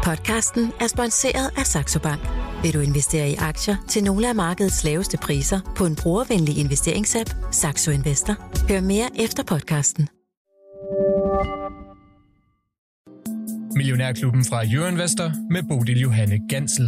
Podcasten er sponsoreret af Saxo Bank. Vil du investere i aktier til nogle af markedets laveste priser på en brugervenlig investeringsapp, Saxo Investor? Hør mere efter podcasten. Millionærklubben fra Euroinvestor med Bodil Johanne Gansel.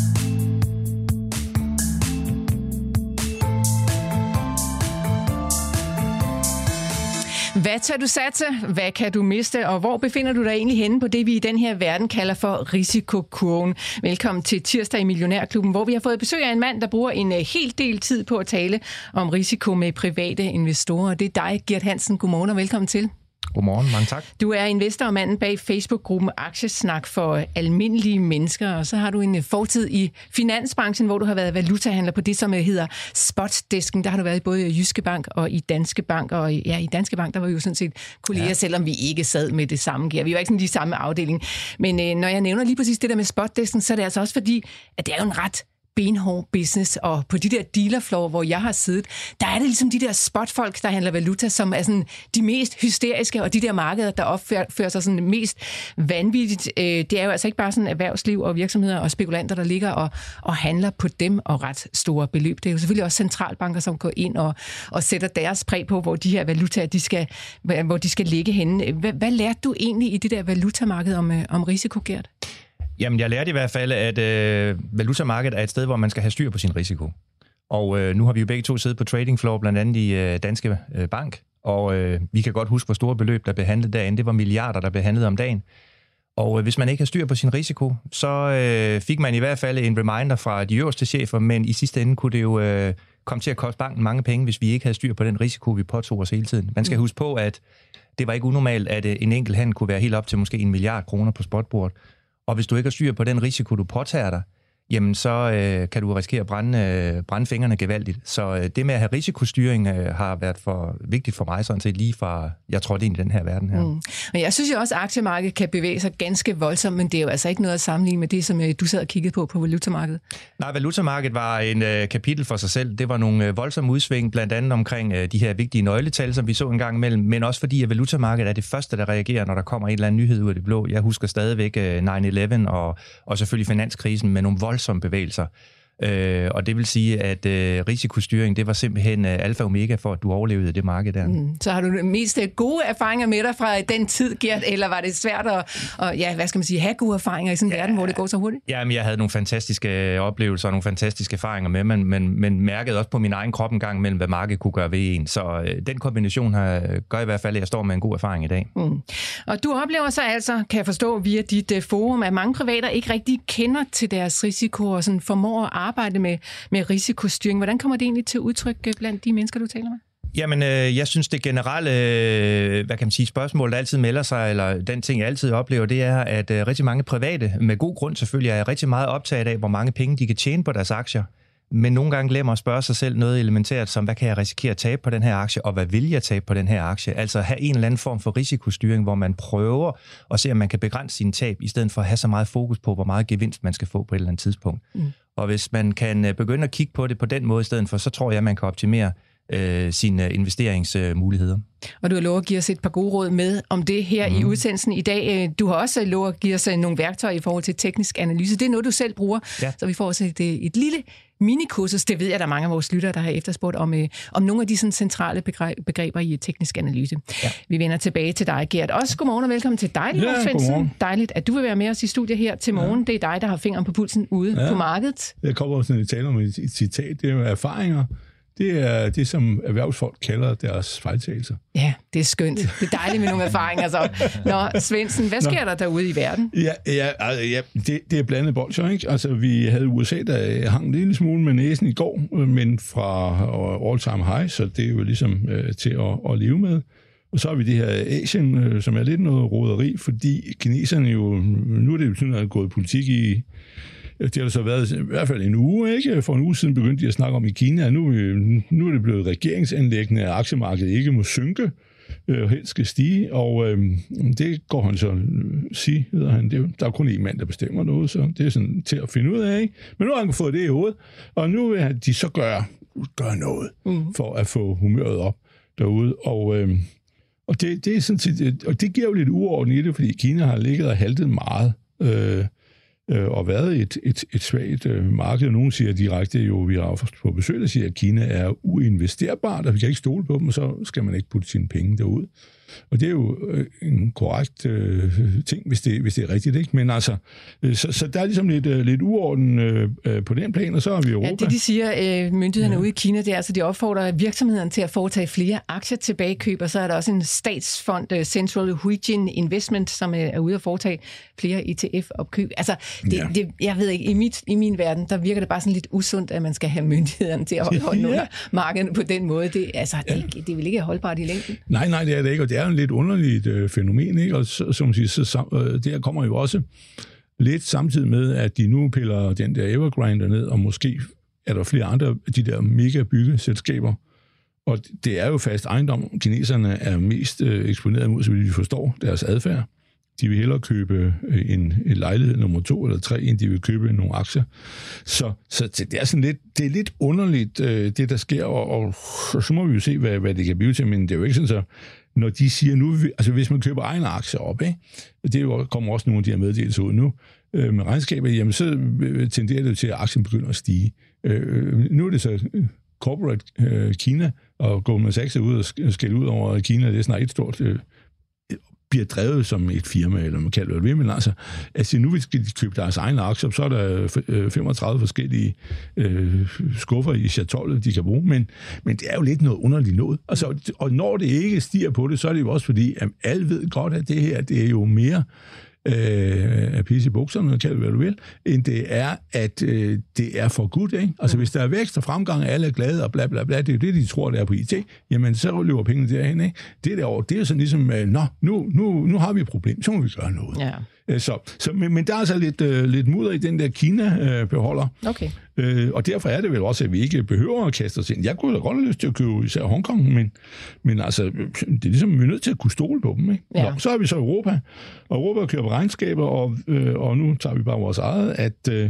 Hvad tør du satse? Hvad kan du miste? Og hvor befinder du dig egentlig henne på det, vi i den her verden kalder for risikokurven? Velkommen til tirsdag i Millionærklubben, hvor vi har fået besøg af en mand, der bruger en hel del tid på at tale om risiko med private investorer. Det er dig, Gert Hansen. Godmorgen og velkommen til. Godmorgen, mange tak. Du er investor og manden bag Facebook-gruppen Aktiesnak for almindelige mennesker, og så har du en fortid i finansbranchen, hvor du har været valutahandler på det, som hedder Spotdesken. Der har du været i både Jyske Bank og i Danske Bank, og ja, i Danske Bank, der var vi jo sådan set kolleger, selvom vi ikke sad med det samme gear. Vi var ikke sådan de samme afdeling. Men når jeg nævner lige præcis det der med Spotdesken, så er det altså også fordi, at det er jo en ret benhård business, og på de der dealerfloor, hvor jeg har siddet, der er det ligesom de der spotfolk, der handler valuta, som er sådan de mest hysteriske, og de der markeder, der opfører sig sådan mest vanvittigt. Det er jo altså ikke bare sådan erhvervsliv og virksomheder og spekulanter, der ligger og handler på dem og ret store beløb. Det er jo selvfølgelig også centralbanker, som går ind og sætter deres præg på, hvor de her valutaer, hvor de skal ligge henne. Hvad lærte du egentlig i det der valutamarked om risiko, Gert? Jamen, jeg lærte i hvert fald, at valutamarkedet er et sted, hvor man skal have styr på sin risiko. Og nu har vi jo begge to siddet på trading floor, blandt andet i Danske Bank, og vi kan godt huske, hvor store beløb, der blev handlet derinde. Det var milliarder, der blev handlet om dagen. Og hvis man ikke har styr på sin risiko, så fik man i hvert fald en reminder fra de øverste chefer, men i sidste ende kunne det jo komme til at koste banken mange penge, hvis vi ikke havde styr på den risiko, vi påtog os hele tiden. Man skal huske på, at det var ikke unormalt, at en enkelt handel kunne være helt op til måske 1 milliard kroner på spotbordet. Og hvis du ikke har styr på den risiko, du påtager dig, jamen så kan du risikere at brænde fingrene gevaldigt. Så det med at have risikostyring har været for vigtigt for mig, sådan set lige fra jeg trådte ind i den her verden her. Men jeg synes jo også, at aktiemarkedet kan bevæge sig ganske voldsomt, men det er jo altså ikke noget at sammenligne med det, som du sad og kiggede på valutamarkedet. Nej, valutamarkedet var en kapitel for sig selv. Det var nogle voldsomme udsving, blandt andet omkring de her vigtige nøgletal, som vi så en gang imellem, men også fordi, at valutamarkedet er det første, der reagerer, når der kommer en eller anden nyhed ud af det blå. Jeg husker stadigvæk 9/11 og selvfølgelig finanskrisen med nogle voldsomme bevægelser. Og det vil sige, at risikostyring, det var simpelthen alfa og omega for, at du overlevede det marked der. Så har du mest gode erfaringer med dig fra den tid, Gert, eller var det svært at have gode erfaringer i sådan en verden, hvor det går så hurtigt? Jamen, jeg havde nogle fantastiske oplevelser og nogle fantastiske erfaringer med, men mærkede også på min egen krop en gang mellem, hvad markedet kunne gøre ved en. Så den kombination gør i hvert fald, at jeg står med en god erfaring i dag. Og du oplever så altså, kan jeg forstå via dit forum, at mange privater ikke rigtig kender til deres risiko og sådan formår at arbejde med risikostyring. Hvordan kommer det egentlig til udtryk blandt de mennesker, du taler med? Jamen, jeg synes, det generelle, spørgsmål, der altid melder sig, eller den ting, jeg altid oplever, det er, at rigtig mange private, med god grund selvfølgelig, er rigtig meget optaget af, hvor mange penge de kan tjene på deres aktier. Men nogle gange glemmer at spørge sig selv noget elementært, som hvad kan jeg risikere at tabe på den her aktie, og hvad vil jeg tabe på den her aktie? Altså have en eller anden form for risikostyring, hvor man prøver at se, om man kan begrænse sine tab, i stedet for at have så meget fokus på, hvor meget gevinst man skal få på et eller andet tidspunkt. Og hvis man kan begynde at kigge på det på den måde i stedet for, så tror jeg, at man kan optimere sine investeringsmuligheder. Og du har lovet at give os et par gode råd med om det her i udsendelsen i dag. Du har også lovet at give os nogle værktøjer i forhold til teknisk analyse. Det er noget, du selv bruger, så vi får også et lille minikursus. Det ved jeg, der er mange af vores lyttere, der har efterspurgt om nogle af de sådan, centrale begreber i teknisk analyse. Ja. Vi vender tilbage til dig, Gert. Også godmorgen og velkommen til dig, Lars Svendsen. Dejligt, at du vil være med os i studiet her til morgen. Det er dig, der har fingeren på pulsen ude på markedet. Jeg kommer også til at tale om et citat. Det er jo erfaringer. Det er det, som erhvervsfolk kalder deres fejltagelser. Ja, det er skønt. Det er dejligt med nogle erfaringer. Så. Nå, Svendsen, hvad sker der derude i verden? Ja, det er blandet bolsjer, ikke? Altså, vi havde USA, der hang en lille smule med næsen i går, men fra all-time high, så det er jo ligesom til at leve med. Og så har vi det her Asien, som er lidt noget roderi, fordi kineserne jo, nu er det jo sådan, at gået politik i. Det har så været i hvert fald en uge, ikke? For en uge siden begyndte de at snakke om i Kina, nu er det blevet regeringsanlæggende, at aktiemarkedet ikke må synke, helst skal stige, og det går han så sige, hedder han. Der er kun en mand, der bestemmer noget, så det er sådan til at finde ud af, ikke? Men nu har han fået det i hovedet, og nu vil de så gøre noget for at få humøret op derude, og det er sådan set, og det giver jo lidt uorden i det, fordi Kina har ligget og haltet meget. og været et svagt marked. Nogen siger direkte, jo vi har på besøg, der siger, at Kina er uinvesterbart, og vi kan ikke stole på dem, og så skal man ikke putte sine penge derud. Og det er jo en korrekt ting, hvis det er rigtigt, ikke? Men altså, så der er ligesom lidt uorden på den plan, og så har vi Europa. Ja, det de siger, myndighederne ude i Kina, det er altså, de opfordrer virksomhederne til at foretage flere aktietilbagekøb, og så er der også en statsfond, Central Huijin Investment, som er ude at foretage flere ETF-opkøb. Altså, jeg ved ikke, i min verden, der virker det bare sådan lidt usundt, at man skal have myndighederne til at holde under markedet på den måde. Det vil ikke holdbart i længden. Nej, det er det ikke, og det er jo en lidt underligt fænomen, ikke? Og som siger, det her kommer jo også lidt samtidig med, at de nu piller den der Evergrande ned, og måske er der flere andre af de der mega byggeselskaber. Og det er jo fast ejendom. Kineserne er mest eksponeret mod, så vi forstår deres adfærd. De vil hellere købe en lejlighed nummer 2 eller 3, end de vil købe nogle aktier. Så det er sådan lidt underligt, det der sker, og så må vi jo se, hvad det kan blive til, men det er jo ikke sådan, så når de siger nu, altså hvis man køber egne aktier op, ikke? Det kommer også nogle af de her meddelelser ud nu, med regnskaber, jamen så tenderer det til, at aktien begynder at stige. Nu er det så corporate Kina, og Goldman Sachs er ude og skælde ud over Kina, det er snart et stort bliver drevet som et firma, eller man kalder det, men altså nu skal de købe deres egne aktier, så er der 35 forskellige skuffer i chatollet, de kan bruge, men det er jo lidt noget underligt noget. Altså, og når det ikke stiger på det, så er det jo også fordi, at alle ved godt, at det her, det er jo mere af pisse i bukserne, kalder hvad du vil, end det er, at det er for godt, ikke? Altså, hvis der er vækst og fremgang, og alle er glade, og bla bla bla, det er jo det, de tror, det er på IT, jamen, så løber pengene derhen, ikke? Det er jo sådan ligesom, nu har vi et problem, så må vi gøre noget. Ja. Men der er altså lidt mudder i den der Kina-beholder. Okay. Og derfor er det vel også, at vi ikke behøver at kaste os ind. Jeg kunne da godt have lyst til at købe især Hongkong, men altså, det er ligesom, vi er nødt til at kunne stole på dem, ikke? Ja. Nå, så har vi så Europa, og Europa kører på regnskaber, og nu tager vi bare vores eget,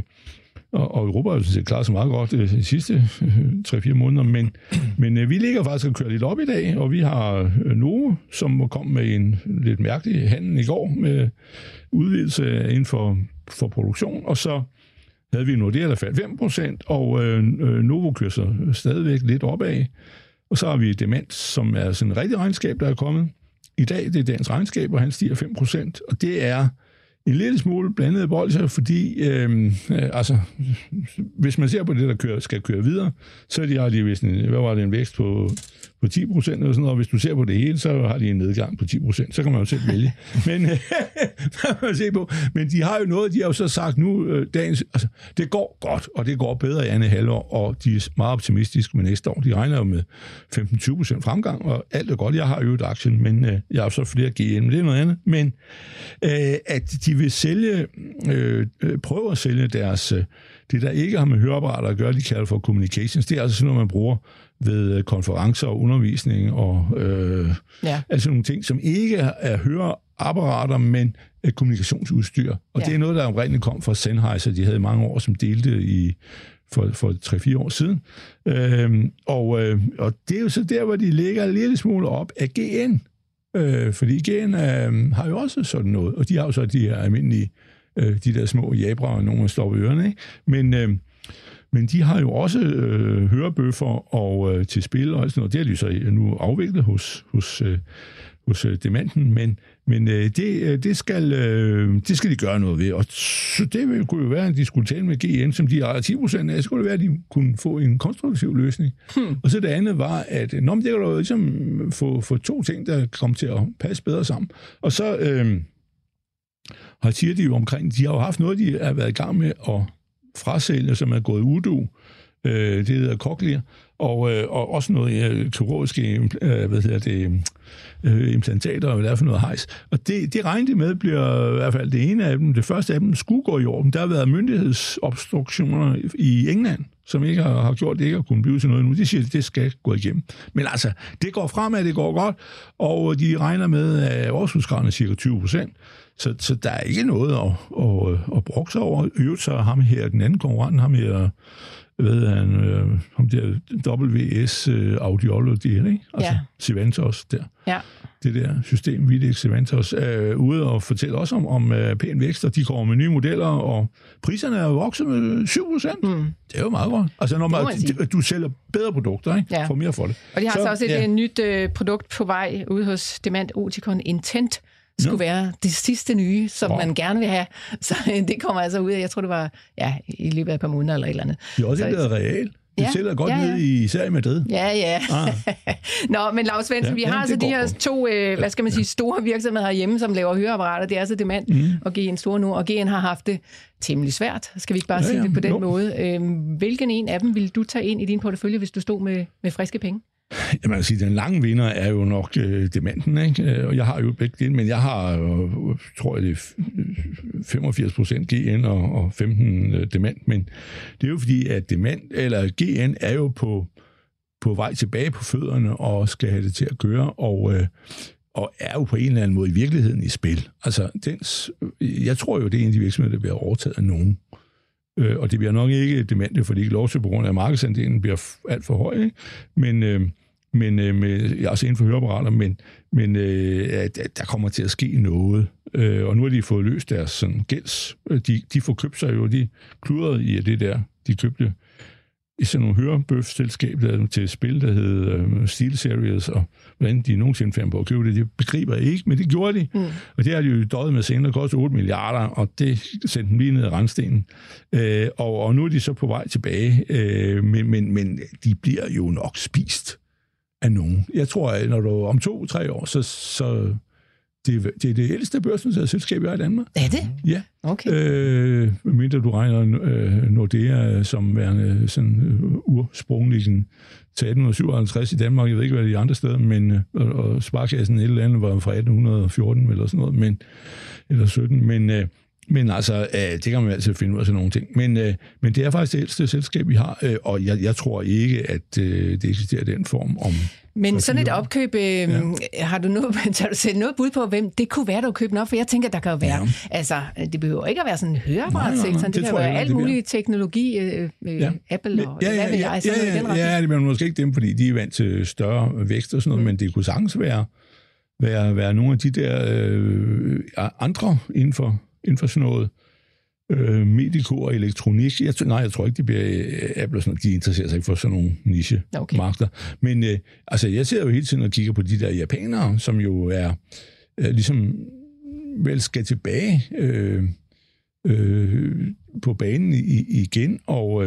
og Europa har jo set klaret så meget godt de sidste 3-4 måneder, men vi ligger faktisk og kører lidt op i dag, og vi har Novo, som kom med en lidt mærkelig handel i går med udvidelse inden for produktion, og så havde vi Nordea, der faldt 5%, og Novo kører så stadigvæk lidt opad, og så har vi Demant, som er sådan en rigtig regnskab, der er kommet. I dag, det er dagens regnskab, og han stiger 5%, og det er en lille smule blandet bolsjer, fordi altså, hvis man ser på det, der skal køre videre, så har de vist en vækst på 10% eller sådan noget, og hvis du ser på det hele, så har de en nedgang på 10%, så kan man jo selv vælge. Men de har jo noget, de har jo så sagt nu, altså, det går godt, og det går bedre i andet halvår, og de er meget optimistiske med næste år. De regner jo med 15-20% fremgang, og alt er godt. Jeg har jo et aktien, men jeg har så flere GN, men det er noget andet. Men at de vil sælge, prøve at sælge deres, det der ikke har med høreapparater at gøre, de kalder for communications, det er altså sådan noget, man bruger ved konferencer og undervisning og altså nogle ting, som ikke er høreapparater, men kommunikationsudstyr. Og det er noget, der oprindeligt kom fra Sennheiser, de havde mange år, som delte for 3-4 år siden. Og det er jo så der, hvor de ligger en lille smule op af GN. Fordi GN har jo også sådan noget, og de har jo så de her almindelige, de der små jabra, og nogle stopper ørerne, ikke? Men de har jo også hørebøffer og til spil og sådan noget. Det er de så nu afviklet hos Demanten, men det skal de gøre noget ved. Og så det kunne jo være, at de skulle tale med GN, som de har 10% af, så kunne det være, at de kunne få en konstruktiv løsning. Og så det andet var, at det kan jo ligesom få to ting, der kommer til at passe bedre sammen. Og så siger de jo omkring, de har jo haft noget, de har været i gang med at frasælge, som er gået udu. Det hedder Cochlear, og også noget kirurgiske implantater, og hvad det er for noget hejs. Og det regnede med bliver i hvert fald det ene af dem. Det første af dem skulle gå i orden. Der har været myndighedsobstruktioner i England, som ikke har gjort det, ikke har kunnet blive til noget nu. De siger, at det skal gå igennem. Men altså, det går fremad, det går godt, og de regner med, at overskudsgraden er cirka 20%. Så der er ikke noget at brokke sig over. Øvrigt så ham her, den anden konkurrent, ham her, ham der WS Audiology, ikke? Altså Sivantos der. Ja. Det der system, Videx Sivantos, ude og fortælle også om pæn vækst, og de kommer med nye modeller, og priserne er vokset med 7%. Det er jo meget godt. Altså når du sælger bedre produkter, ikke? Får mere for det. Og de har så også et nyt produkt på vej ude hos Demant Oticon Intent, skulle være det sidste nye, som man gerne vil have. Så det kommer altså ud af, jeg tror det var i løbet af et par måneder eller et eller andet. Det er også et real. Det sælger godt ned især i Madrid. Ja. Nå, men Lars Svendsen, vi har altså de her to, store virksomheder herhjemme, som laver høreapparater. Det er altså Demant og GN Store Nord, og GN har haft det temmelig svært. Skal vi ikke bare sige det på den måde? Hvilken en af dem ville du tage ind i din portefølje, hvis du stod med friske penge? Jamen, altså, den lange vinder er jo nok Demanten, ikke? Og jeg har jo begge dele, men jeg har, tror jeg, det er 85% GN og 15% Demant, men det er jo fordi, at GN er jo på vej tilbage på fødderne og skal have det til at køre, og er jo på en eller anden måde i virkeligheden i spil. Altså, jeg tror jo, det er en af de virksomheder, der bliver overtaget af nogen. Og det bliver nok ikke Demante, fordi ikke lov til på grund af markedsandelen bliver alt for høj, ikke? Men altså inden for høreapparater, men der kommer til at ske noget. Og nu har de fået løst deres sådan, gælds. De får købt sig jo, de kludrede i det der, de købte i sådan nogle hørebøfselskab til spil, der hed SteelSeries, og hvordan de nogensinde fandt på at købe det begriber jeg ikke, men det gjorde de. Og det har de jo døjet med senere, det kostede 8 milliarder, og det sendte dem lige ned i randstenen. Og nu er de så på vej tilbage, men de bliver jo nok spist af nogen. Jeg tror, at når du om 2-3 år, så det er det ældste børsnoterede selskab, jeg har i Danmark. Er det? Ja. Okay. Mindre du regner Nordea som værende sådan ursprunglig til 1857 i Danmark. Jeg ved ikke, hvad de andre steder, men og Sparkassen et eller andet var fra 1814 eller sådan noget, eller 17, men altså, det kan man altid finde ud af sådan nogle ting. Men det er faktisk det ældste selskab, vi har, og jeg tror ikke, at det eksisterer i den form om... Men sådan et opkøb, har du set noget bud på, hvem det kunne være, der købe op? For jeg tænker, der kan jo være... Altså, det behøver ikke at være sådan en høreapparatsektor. Det kan være alt muligt teknologi, Apple og hvad ved jeg. Ja, det bliver måske ikke dem, fordi de er vant til større vækst og sådan noget, men det kunne sagtens være nogle af de der andre inden for sådan noget mediko og elektronik. Jeg tror ikke, det bliver Apple og sådan noget. De interesserer sig ikke for sådan nogle niche-markeder. Men altså, jeg ser jo hele tiden og kigger på de der japanere, som jo er ligesom vel skal tilbage på banen igen, og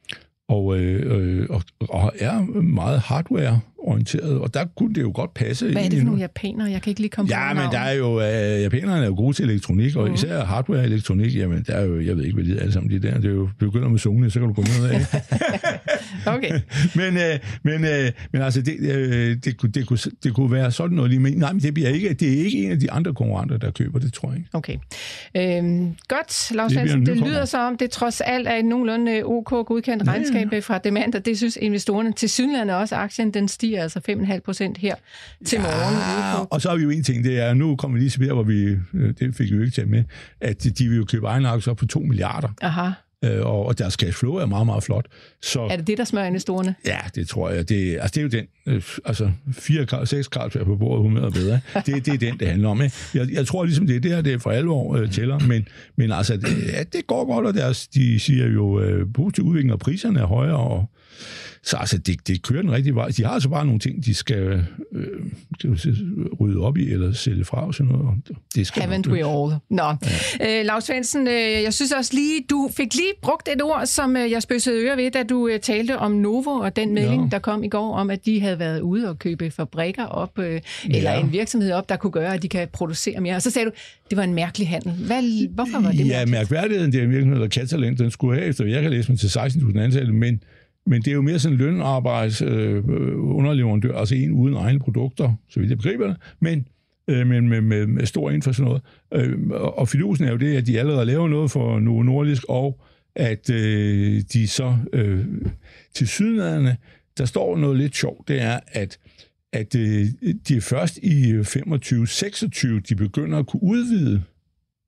er meget hardware-orienteret, og der kunne det jo godt passe. Hvad er det for nogle japanere? Jeg kan ikke lige komme på men der er jo, japanerne er jo gode til elektronik, og især hardware-elektronik, jamen der er jo, jeg ved ikke, hvad de er alle sammen de der, det er jo begynder med Sony, så kan du gå ned af. Okay. men altså, det kunne være sådan noget lige med. Nej, men det er ikke en af de andre konkurrenter, der køber det, tror jeg ikke. Okay. Godt, Lars Svendsen, det lyder så om, det trods alt er et nogenlunde OK godkendt regnskab fra Demant, og det synes investorerne til Sydlandet også. Aktien, den stiger altså 5,5% her til morgen. Og så har vi jo en ting, det er, nu kommer vi lige tilbage, hvor det fik vi jo ikke taget med, at de vil jo købe egen aktier op på 2 milliarder. Aha. Og deres cashflow er meget, meget flot. Så, er det, der smører investorerne? Ja, det tror jeg. Det er jo den, 4-6 karakterer på bordet, 100 er bedre. Det er den, det handler om. Jeg tror ligesom, det er for alvor tæller, men altså, det går godt, og de siger jo positiv udvikling, og priserne er højere, og så altså, det kører den rigtige vej. De har altså bare nogle ting, de skal rydde op i, eller sælge fra, og sådan noget. Det skal haven't we all? Nå. Ja. Lars Svendsen, jeg synes også lige, du fik lige brugt et ord, som jeg spødsede øre ved, da du talte om Novo, og den melding, der kom i går, om at de havde været ude og købe fabrikker op, eller en virksomhed op, der kunne gøre, at de kan producere mere. Og så sagde du, det var en mærkelig handel. Hvorfor var det mærkeligt? Ja, mærkværdigheden, det er en virksomhed, der Catalent, den skulle have efter, jeg kan læse mig til 16.000 ansatte, men det er jo mere sådan lønarbejds underleverandør, altså en uden egne produkter, så vidt jeg begriber det, men med stor inden for sådan noget. Og fidusen er jo det, at de allerede laver noget for Novo Nordisk, og at de så til sydlandene, der står noget lidt sjovt, det er, at de først i 25-26, de begynder at kunne udvide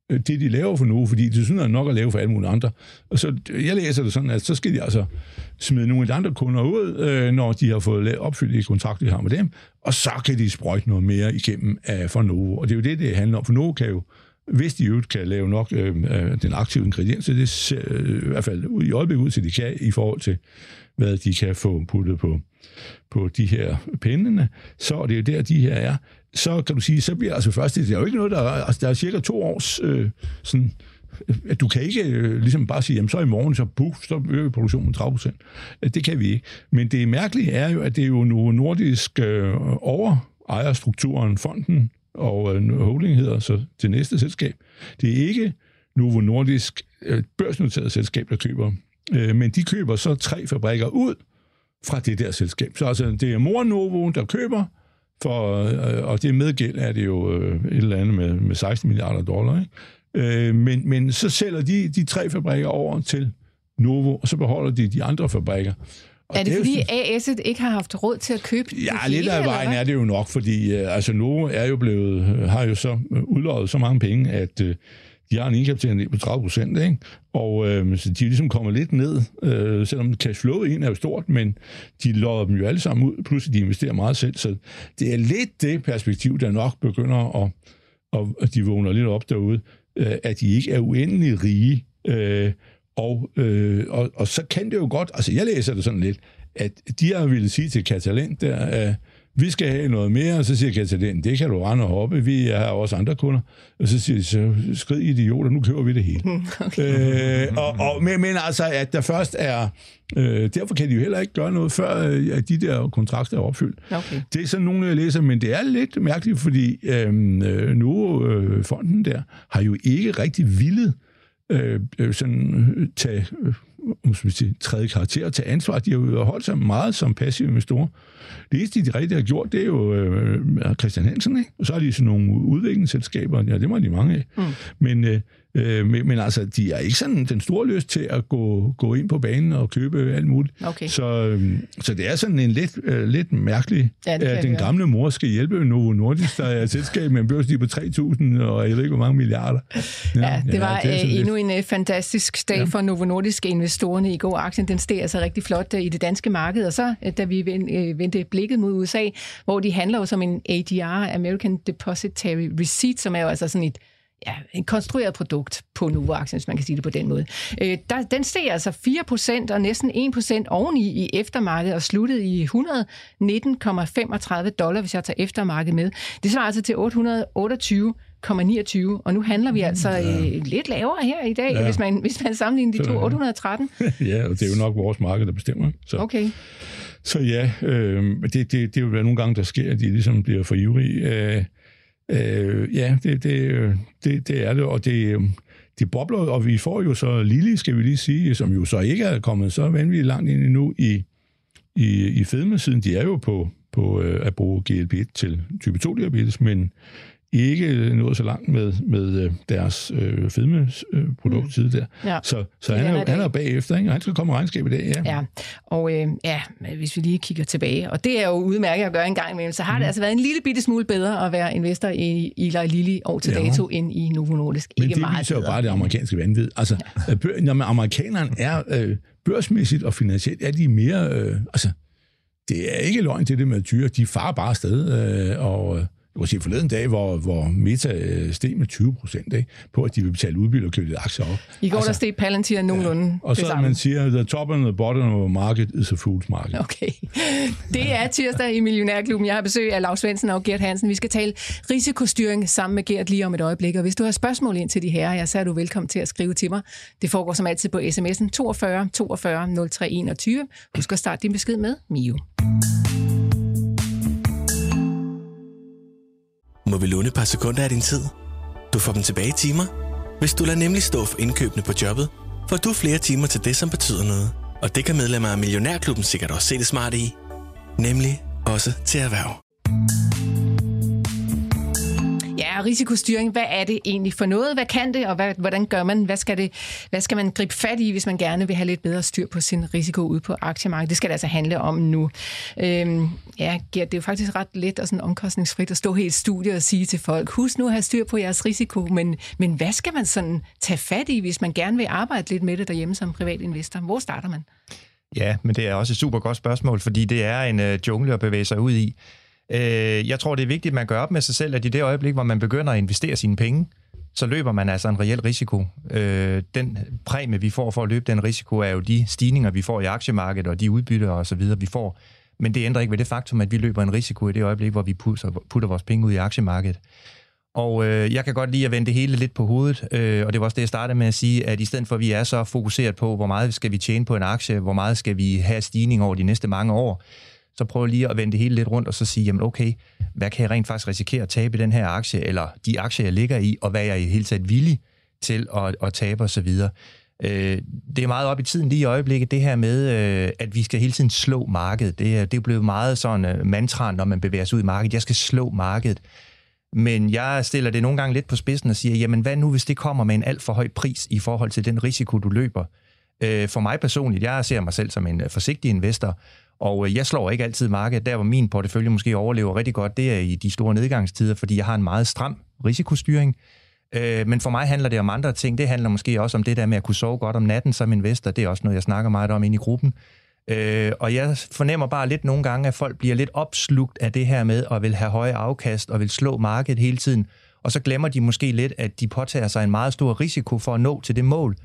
det, de laver for Novo, fordi det synes jeg nok at lave for alle mulige andre. Og så jeg læser det sådan, at så skal de altså smide nogle af de andre kunder ud, når de har fået opfyldt de kontrakter, de har med dem, og så kan de sprøjte noget mere igennem for Novo. Og det er jo det handler om, for Novo kan jo, hvis de jo kan lave nok den aktive ingrediens, så det ser i hvert fald i øjeblikket ud til, de kan i forhold til, hvad de kan få puttet på de her pindene, så er det jo der, de her er. Så kan du sige, så bliver altså først, det er jo ikke noget, der er cirka 2 års sådan, at du kan ikke ligesom bare sige, jamen så i morgen, så øger vi produktionen med 30%. Det kan vi ikke. Men det mærkelige er jo, at det er jo Novo Nordisk overejer strukturen, fonden og holding hedder så det næste selskab. Det er ikke Novo Nordisk børsnoteret selskab, der køber, men de køber så 3 fabrikker ud fra det der selskab. Så altså, det er mor Novo, der køber, og det medgæld er det jo et eller andet med $16 milliarder, ikke? Men så sælger de 3 fabrikker over til Novo, og så beholder de andre fabrikker. Og er det fordi AS'et ikke har haft råd til at købe det? Ja, lidt af vejen er det jo nok, fordi altså Novo er jo har jo så udløjet så mange penge, at de har en indkapitalisering på 30%, ikke? Og så de er ligesom kommet lidt ned, selvom cashflowet er jo stort, men de lodder dem jo alle sammen ud, plus de investerer meget selv, så det er lidt det perspektiv, der nok begynder at de vågner lidt op derude, at de ikke er uendelig rige, og så kan det jo godt, altså jeg læser det sådan lidt, at de har ville sige til Catalent der, vi skal have noget mere, og så siger Catalent, det kan du rende og hoppe, vi har også andre kunder, og så siger de, så skrid idioter, nu køber vi det hele. Okay. Men altså, at der først er, derfor kan de jo heller ikke gøre noget, før at de der kontrakter er opfyldt. Okay. Det er sådan nogle, jeg læser, men det er lidt mærkeligt, fordi nu fonden der har jo ikke rigtig villet sådan tage tredje karakter og tage ansvar. De har jo holdt sig meget som passive investorer. Det eneste, de rigtig har gjort, det er jo Christian Hansen, ikke? Og så har de sådan nogle udviklingsselskaber, ja, det må de mange af. Men altså, de er ikke sådan den store lyst til at gå ind på banen og købe alt muligt. Okay. Så det er sådan en lidt mærkelig, at den gamle mor skal hjælpe Novo Nordisk, der er et selskab med en børsværdi på 3.000 og jeg ved ikke, hvor mange milliarder. Ja, det var endnu en fantastisk dag for Novo Nordisk investorerne i går. Aktien, den steg altså rigtig flot i det danske marked, og så da vi vendte blikket mod USA, hvor de handler jo som en ADR, American Depositary Receipt, som er jo altså sådan et konstrueret produkt på Novo-aktien, hvis man kan sige det på den måde. Den steg altså 4% og næsten 1% oveni i eftermarkedet og sluttede i $119,35, hvis jeg tager eftermarkedet med. Det svarer altså til 828,29, og nu handler vi altså lidt lavere her i dag, hvis man sammenligner de to, 813. Ja, og det er jo nok vores marked, der bestemmer. Så. Okay. Så ja, det er jo nogle gange, der sker, at de ligesom bliver for ivrige. Ja, det er det, og det bobler, og vi får jo så Lilly, skal vi lige sige, som jo så ikke er kommet så vanvittigt langt ind endnu i fedmesiden. De er jo på at bruge GLP-1 til type 2-diabetes, men ikke nået så langt med deres fedmeproduktside der. Ja. Så han er bagefter, ikke? Og han skal komme regnskab i dag. Ja, og hvis vi lige kigger tilbage, og det er jo udmærket at gøre en gang imellem, så har det altså været en lille bitte smule bedre at være investor i Eli Lilly år til dato end i Novo Nordisk. Men ikke det meget viser bedre. Jo bare det amerikanske vanvid. Altså, når amerikanerne er børsmæssigt og finansielt, er de mere... det er ikke løgn til det med dyr. De farer bare afsted, og... Jeg kan sige forleden dag, hvor Meta steg med 20%, ikke, på, at de vil betale udbytte og købe lidt aktier op. I går der steg Palantir nogenlunde og så man siger, the top and the bottom of market is a fool's market. Okay. Det er tirsdag i Millionærklubben. Jeg har besøg af Lars Svendsen og Gert Hansen. Vi skal tale risikostyring sammen med Gert lige om et øjeblik. Og hvis du har spørgsmål ind til de her, så er du velkommen til at skrive til mig. Det foregår som altid på sms'en 42 42 03 21. Husk at starte din besked med Mio. Må vi låne et par sekunder af din tid? Du får dem tilbage i timer. Hvis du lader nemlig stå for indkøbene på jobbet, får du flere timer til det, som betyder noget. Og det kan medlemmer af Millionærklubben sikkert også se det smarte i. Nemlig også til erhverv. Ja, Ja, risikostyring, hvad er det egentlig for noget? Hvad kan det, og hvordan gør man? Hvad skal man gribe fat i, hvis man gerne vil have lidt bedre styr på sin risiko ude på aktiemarkedet? Det skal det altså handle om nu. Gert, det er jo faktisk ret let og sådan omkostningsfrit at stå helt i studiet og sige til folk, husk nu at have styr på jeres risiko, men hvad skal man sådan tage fat i, hvis man gerne vil arbejde lidt med det derhjemme som privat investor? Hvor starter man? Ja, men det er også et super godt spørgsmål, fordi det er en jungle at bevæge sig ud i. Jeg tror, det er vigtigt, at man gør op med sig selv, at i det øjeblik, hvor man begynder at investere sine penge, så løber man altså en reel risiko. Den præmie, vi får for at løbe den risiko, er jo de stigninger, vi får i aktiemarkedet, og de udbytter og så videre, vi får. Men det ændrer ikke ved det faktum, at vi løber en risiko i det øjeblik, hvor vi putter vores penge ud i aktiemarkedet. Og jeg kan godt lide at vende det hele lidt på hovedet, og det var også det, jeg startede med at sige, at i stedet for, at vi er så fokuseret på, hvor meget skal vi tjene på en aktie, hvor meget skal vi have stigning over de næste mange år, så prøv lige at vende det hele lidt rundt og så sige, jamen okay, hvad kan jeg rent faktisk risikere at tabe i den her aktie, eller de aktier, jeg ligger i, og hvad er jeg i hele taget villig til at tabe osv. Det er meget op i tiden lige i øjeblikket, det her med, at vi skal hele tiden slå markedet. Det er blevet meget sådan mantraen, når man bevæger sig ud i markedet. Jeg skal slå markedet. Men jeg stiller det nogle gange lidt på spidsen og siger, jamen hvad nu, hvis det kommer med en alt for høj pris i forhold til den risiko, du løber? For mig personligt, jeg ser mig selv som en forsigtig investor, og jeg slår ikke altid markedet. Der, hvor min portefølje måske overlever rigtig godt, det er i de store nedgangstider, fordi jeg har en meget stram risikostyring. Men for mig handler det om andre ting. Det handler måske også om det der med at kunne sove godt om natten som investor. Det er også noget, jeg snakker meget om inde i gruppen. Og jeg fornemmer bare lidt nogle gange, at folk bliver lidt opslugt af det her med at vil have høje afkast og vil slå markedet hele tiden. Og så glemmer de måske lidt, at de påtager sig en meget stor risiko for at nå til det mål.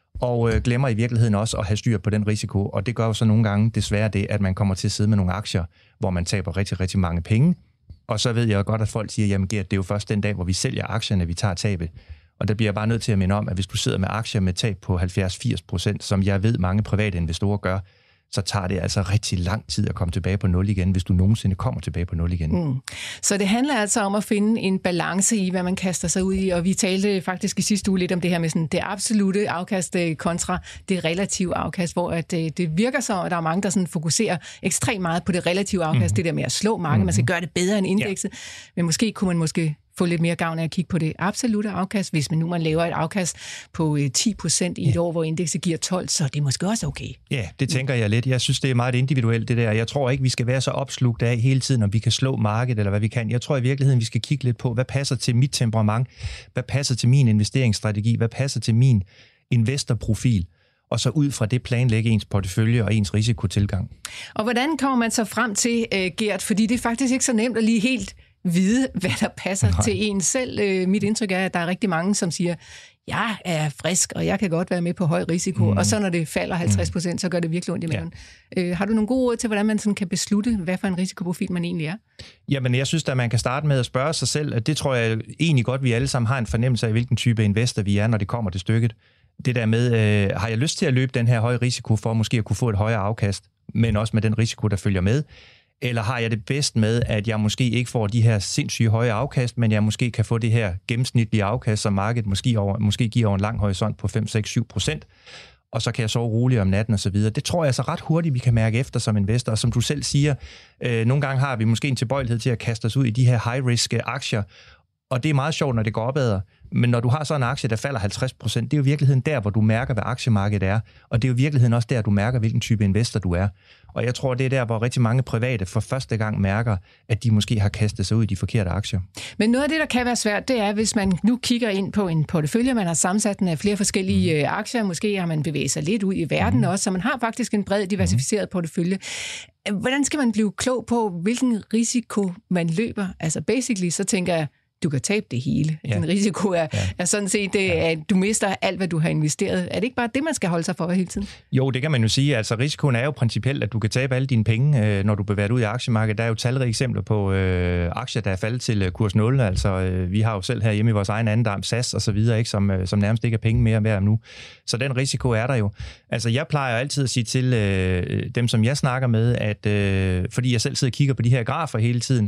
Og glemmer i virkeligheden også at have styr på den risiko. Og det gør jo så nogle gange desværre det, at man kommer til at sidde med nogle aktier, hvor man taber rigtig, rigtig mange penge. Og så ved jeg godt, at folk siger, jamen Gert, det er jo først den dag, hvor vi sælger aktierne, vi tager tabet. Og der bliver jeg bare nødt til at minde om, at hvis du sidder med aktier med tab på 70-80%, som jeg ved mange private investorer gør, så tager det altså rigtig lang tid at komme tilbage på 0 igen, hvis du nogensinde kommer tilbage på 0 igen. Så det handler altså om at finde en balance i, hvad man kaster sig ud i, og vi talte faktisk i sidste uge lidt om det her med sådan det absolute afkast kontra det relative afkast, hvor at det virker så, at der er mange, der sådan fokuserer ekstremt meget på det relative afkast, det der med at slå markedet, man skal gøre det bedre end indekset, men måske kunne man få lidt mere gavn af at kigge på det absolute afkast, hvis man laver et afkast på 10% i et år, hvor indekset giver 12, så det er måske også okay. Ja, det tænker jeg lidt. Jeg synes, det er meget individuelt, det der. Jeg tror ikke, vi skal være så opslugt af hele tiden, om vi kan slå markedet, eller hvad vi kan. Jeg tror i virkeligheden, vi skal kigge lidt på, hvad passer til mit temperament, hvad passer til min investeringsstrategi, hvad passer til min investorprofil, og så ud fra det planlægge ens portefølje og ens risikotilgang. Og hvordan kommer man så frem til, Gert? Fordi det er faktisk ikke så nemt at lige helt vide, hvad der passer til en selv. Mit indtryk er, at der er rigtig mange, som siger, jeg er frisk, og jeg kan godt være med på høj risiko, og så når det falder 50%, så gør det virkelig ondt i maven. Har du nogle gode råd til, hvordan man sådan kan beslutte, hvad for en risikoprofil man egentlig er? Jamen, jeg synes, at man kan starte med at spørge sig selv, at det tror jeg egentlig godt, vi alle sammen har en fornemmelse af, hvilken type investor vi er, når det kommer til stykket. Det der med, har jeg lyst til at løbe den her høje risiko for måske at kunne få et højere afkast, men også med den risiko, der følger med? Eller har jeg det bedst med, at jeg måske ikke får de her sindssyge høje afkast, men jeg måske kan få det her gennemsnitlige afkast, som markedet måske giver over en lang horisont på 5-6-7%, og så kan jeg sove roligt om natten osv. Det tror jeg så ret hurtigt, vi kan mærke efter som investor. Og som du selv siger, nogle gange har vi måske en tilbøjelighed til at kaste os ud i de her high-risk aktier, og det er meget sjovt, når det går opad. Men når du har sådan en aktie, der falder 50%, det er jo i virkeligheden der, hvor du mærker, hvad aktiemarkedet er. Og det er jo i virkeligheden også der, du mærker, hvilken type investor du er. Og jeg tror, det er der, hvor rigtig mange private for første gang mærker, at de måske har kastet sig ud i de forkerte aktier. Men noget af det, der kan være svært, det er, hvis man nu kigger ind på en portefølje, man har sammensat den af flere forskellige aktier. Måske har man bevæget sig lidt ud i verden også, så man har faktisk en bred diversificeret portefølje. Hvordan skal man blive klog på, hvilken risiko man løber? Altså basically, så tænker jeg, du kan tabe det hele. Ja. Den risiko er sådan set, at du mister alt, hvad du har investeret. Er det ikke bare det, man skal holde sig for hele tiden? Jo, det kan man jo sige. Altså, risikoen er jo principielt, at du kan tabe alle dine penge, når du bevæger dig ud i aktiemarkedet. Der er jo talrige eksempler på aktier, der er faldet til kurs 0. Altså, vi har jo selv her hjemme i vores egen andendam, SAS og så videre, ikke, som nærmest ikke er penge mere værd nu. Så den risiko er der jo. Altså, jeg plejer altid at sige til dem, som jeg snakker med, at fordi jeg selv sidder og kigger på de her grafer hele tiden,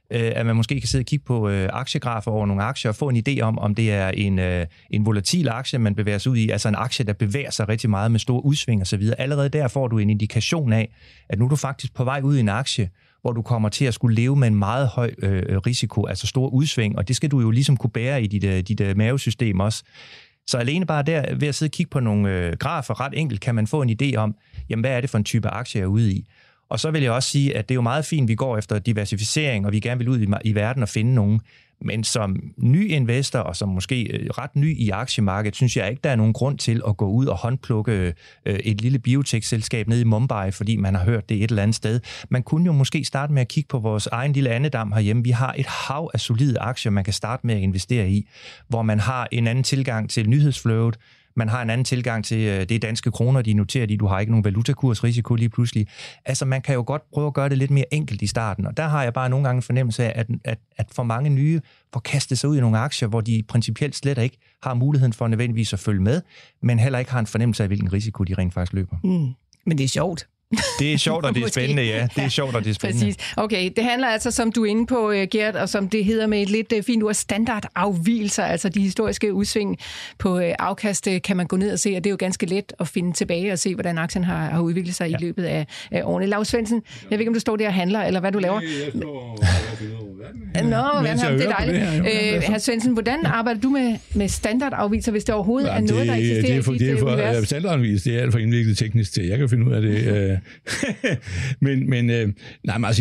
at man måske kan sidde og kigge på aktiegrafer over nogle aktier og få en idé om det er en volatil aktie, man bevæger sig ud i, altså en aktie, der bevæger sig rigtig meget med store udsving og så videre. Allerede der får du en indikation af, at nu er du faktisk på vej ud i en aktie, hvor du kommer til at skulle leve med en meget høj risiko, altså store udsving, og det skal du jo ligesom kunne bære i dit mavesystem også. Så alene bare der, ved at sidde og kigge på nogle grafer, ret enkelt, kan man få en idé om, jamen hvad er det for en type aktie, jeg er ude i. Og så vil jeg også sige, at det er jo meget fint, at vi går efter diversificering, og vi gerne vil ud i verden og finde nogen. Men som ny investor, og som måske ret ny i aktiemarkedet, synes jeg ikke, der er nogen grund til at gå ud og håndplukke et lille biotech-selskab nede i Mumbai, fordi man har hørt det et eller andet sted. Man kunne jo måske starte med at kigge på vores egen lille andedam herhjemme. Vi har et hav af solide aktier, man kan starte med at investere i, hvor man har en anden tilgang til nyhedsflowet. Man har en anden tilgang til det danske kroner, de noterer de. Du har ikke nogen valutakursrisiko lige pludselig. Altså, man kan jo godt prøve at gøre det lidt mere enkelt i starten, og der har jeg bare nogle gange en fornemmelse af, at for mange nye får kastet sig ud i nogle aktier, hvor de principielt slet ikke har muligheden for nødvendigvis at følge med, men heller ikke har en fornemmelse af, hvilken risiko de rent faktisk løber. Men det er sjovt. Det er sjovt, og det er spændende, ja. Det er sjovt, og det er spændende. Præcis. Okay, det handler altså, som du er inde på, Gert, og som det hedder med et lidt fint ord, standardafvigelser, altså de historiske udsving på afkast, kan man gå ned og se, og det er jo ganske let at finde tilbage og se, hvordan aktien har udviklet sig i løbet af årene. Lars Svendsen, jeg ved ikke, om du står der og handler, eller hvad du laver? Jeg står og det er dejligt. Hr. Svendsen, hvordan arbejder du med standardafvigelser, hvis det overhovedet er noget, der eksisterer i dit univers? Standardafvigelser, det er alt for indviklet teknisk til, jeg kan finde ud af det. men altså,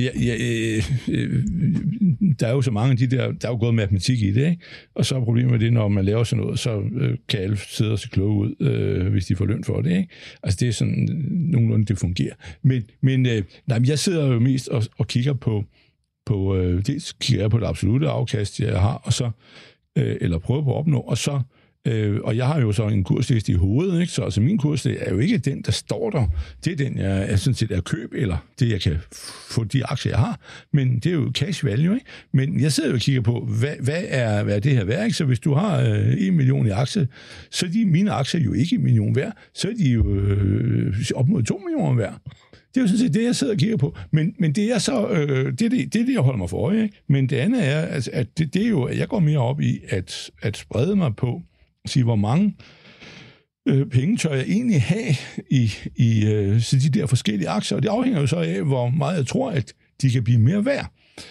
der er jo så mange af de der er jo gået matematik i det, ikke? Og så er problemet med det, når man laver sådan noget, så kan alle sidde og se kloge ud, hvis de får løn for det, ikke? Altså, det er sådan nogenlunde, det fungerer. Men jeg sidder jo mest og kigger på dels kigger jeg på det absolutte afkast, jeg har, og så eller prøver på at opnå, og så og jeg har jo så en kursliste i hovedet, ikke? Så altså min kursliste er jo ikke den, der står der. Det er den, jeg sådan set er køb, eller det, jeg kan få de aktier, jeg har. Men det er jo cash value, ikke? Men jeg sidder jo og kigger på, hvad er det her værd, ikke? Så hvis du har 1 million i aktier, så er mine aktier jo ikke 1 million værd. Så er de jo op mod 2 millioner værd. Det er jo sådan set det, jeg sidder og kigger på. Men det er så det er det, jeg holder mig for øje, ikke? Men det andet er, altså, at det er jo, at jeg går mere op i at sprede mig på, sige, hvor mange penge tør jeg egentlig have i de der forskellige aktier, og det afhænger jo så af, hvor meget jeg tror, at de kan blive mere værd.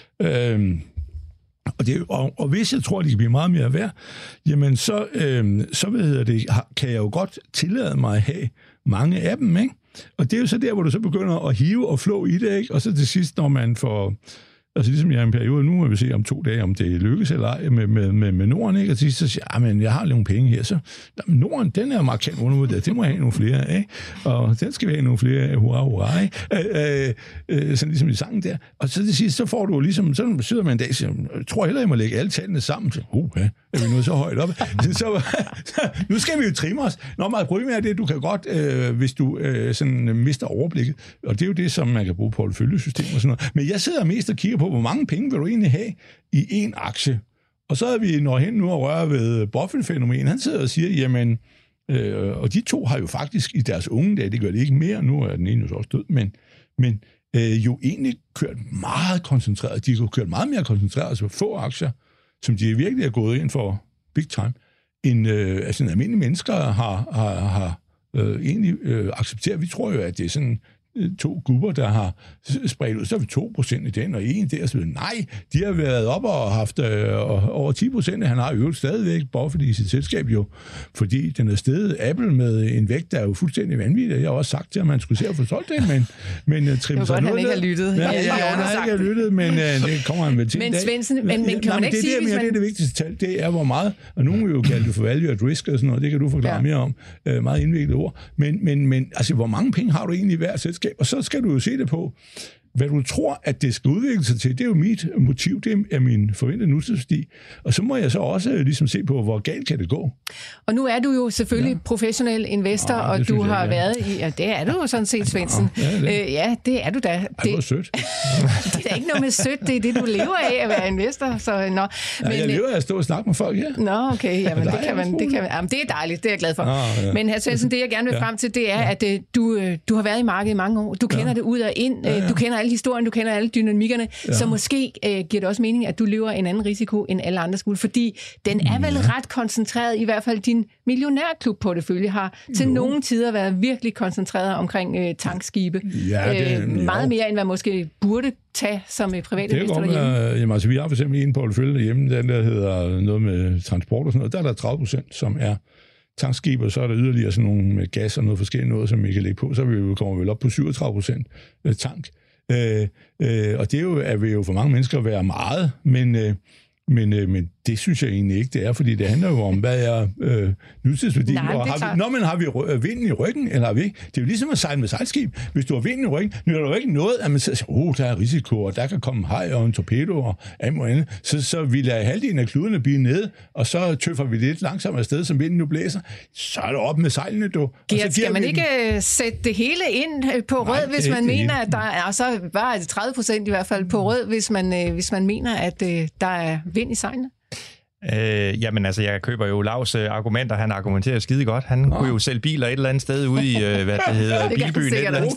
Og hvis jeg tror, at de kan blive meget mere værd, jamen så kan jeg jo godt tillade mig at have mange af dem, ikke? Og det er jo så der, hvor du så begynder at hive og flå i det, ikke? Og så til sidst, når man får... Altså ligesom jeg er i en periode, nu må vi se om 2 dage, om det lykkes eller ej med Norden, ikke? Og til sidst så siger jeg, men jeg har nogle penge her, så Norden, den er markant undervurderet, det må jeg have nogle flere af, og den skal vi have nogle flere af, hurra, ikke? Sådan ligesom i sangen der. Og så til sidst, så får du ligesom, så sidder man en dag og siger, jeg tror hellere, jeg må lægge alle tallene sammen, så er vi nået så højt op. Så nu skal vi jo trimme os. Nå, meget problemet er det, du kan godt, hvis du sådan mister overblikket, og det er jo det, som man kan bruge porteføljesystem og sådan noget. Men jeg sidder mest og kigger på, hvor mange penge vil du egentlig have i en aktie. Og så er vi når hen nu og rører ved Buffett-fænomen. Han sidder og siger, jamen, og de to har jo faktisk i deres unge dage, det gør det ikke mere, nu er den ene jo så også død, men jo egentlig kørt meget koncentreret. De har kørt meget mere koncentreret, altså få aktier, som de virkelig er gået ind for big time, end altså almindelige mennesker har egentlig accepteret. Vi tror jo, at det er sådan 2 grupper, der har spredt ud, så er vi 2% i den, og 1 der, så nej, de har været op og haft over 10%, han har jo stadigvæk Buffett i sit selskab jo, fordi den er stedet Apple med en vægt, der er jo fuldstændig vanvittig. Jeg har også sagt til, at man skulle se at få solgt den, men trimmer sig noget. Han ikke har lyttet. Ja, han ikke har lyttet, men det kommer han vel til. Men Svendsen, men kan man ikke sige, hvis man... Det er det vigtigste tal, det er, hvor meget, og nogen vil jo kalde det for value at risk og sådan noget, det kan du forklare mere om, meget indviklet ord, men altså, hvor mange penge har du egentlig i hver selskab? Og så skal du jo se det på, hvad du tror, at det skal udvikle sig til. Det er jo mit motiv, det er min forventede nutidsværdi. Og så må jeg så også ligesom se på, hvor galt kan det gå. Og nu er du jo selvfølgelig professionel investor, og du har været i... Ja, det er du jo sådan set, Svendsen. Ja, det er du da. Det var sødt. Det er ikke noget med sødt, det er det, du lever af at være investor. Så, men, jeg lever af at stå og snakke med folk, ja. Nå, okay. Jamen, det kan man. Jamen, det er dejligt, det er jeg glad for. Men hr. Svendsen, det jeg gerne vil frem til, det er, at du har været i markedet i mange år. Du kender det ud og ind. Du kender alle historien, du kender alle dynamikkerne, så måske giver det også mening, at du løber en anden risiko, end alle andre skulle, fordi den er vel ret koncentreret, i hvert fald din millionærklub-portefølje har til nogle tider været virkelig koncentreret omkring tankskibe. Meget mere, end hvad måske burde tage som private investor derhjemme. Jamen, altså, vi har for eksempel en portefølje derhjemme, den der hedder noget med transport og sådan noget. Der er der 30%, som er tankskib, og så er der yderligere sådan nogle med gas og noget forskelligt noget, som vi kan lægge på. Så kommer vi vel op på 37% tank. Og det vil jo for mange mennesker være meget, men det synes jeg egentlig ikke, det er, fordi det handler jo om, hvad er nutidsværdien. Har vi vinden i ryggen, eller har vi ikke? Det er jo ligesom at sejle med sejlskib. Hvis du har vinden i ryggen, nu er der jo ikke noget, at man siger, der er risiko, og der kan komme haj og en torpedo og alt muligt andet. Så vi lader halvdelen af kluderne blive nede, og så tøffer vi lidt langsomt afsted, som vinden nu blæser. Så er det op med sejlene, du. Gert, skal man ikke sætte det hele ind på rød, hvis man mener, at der er så bare 30% i hvert fald på rød, hvis man mener, at der er vind i sejlene? Jamen altså, jeg køber jo Lavs argumenter. Han argumenterer skide godt. Han kunne jo sælge biler et eller andet sted ude i, hvad det hedder, bilbyen. Et eller andet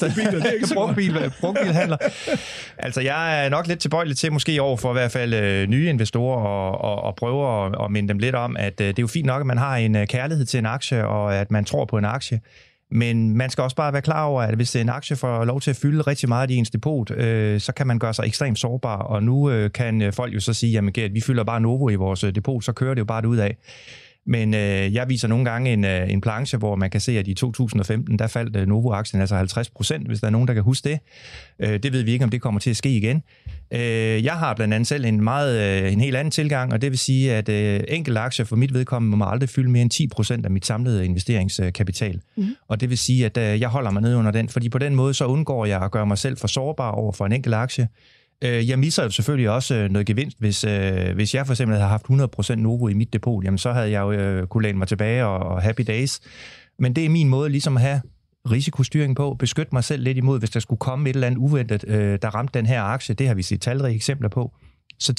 sted. Brugtbilhandler. Altså, jeg er nok lidt tilbøjelig til, måske over for i hvert fald nye investorer, og prøve at minde dem lidt om, at det er jo fint nok, at man har en kærlighed til en aktie, og at man tror på en aktie. Men man skal også bare være klar over, at hvis en aktie får lov til at fylde rigtig meget i ens depot, så kan man gøre sig ekstremt sårbar. Og nu kan folk jo så sige, jamen Gert, vi fylder bare Novo i vores depot, så kører det jo bare ud af. Men jeg viser nogle gange en planche, hvor man kan se, at i 2015, der faldt Novo-aktien altså 50%, hvis der er nogen, der kan huske det. Det ved vi ikke, om det kommer til at ske igen. Jeg har blandt andet selv en helt anden tilgang, og det vil sige, at enkelte aktier for mit vedkommende må aldrig fylde mere end 10% af mit samlede investeringskapital. Og det vil sige, at jeg holder mig nede under den, fordi på den måde så undgår jeg at gøre mig selv for sårbar over for en enkelt aktie. Jeg misser jo selvfølgelig også noget gevinst, hvis jeg for eksempel havde haft 100% Novo i mit depot, jamen så havde jeg jo kunne læne mig tilbage og happy days. Men det er min måde ligesom at have risikostyring på, beskytte mig selv lidt imod, hvis der skulle komme et eller andet uventet, der ramte den her aktie. Det har vi set talrige eksempler på. Så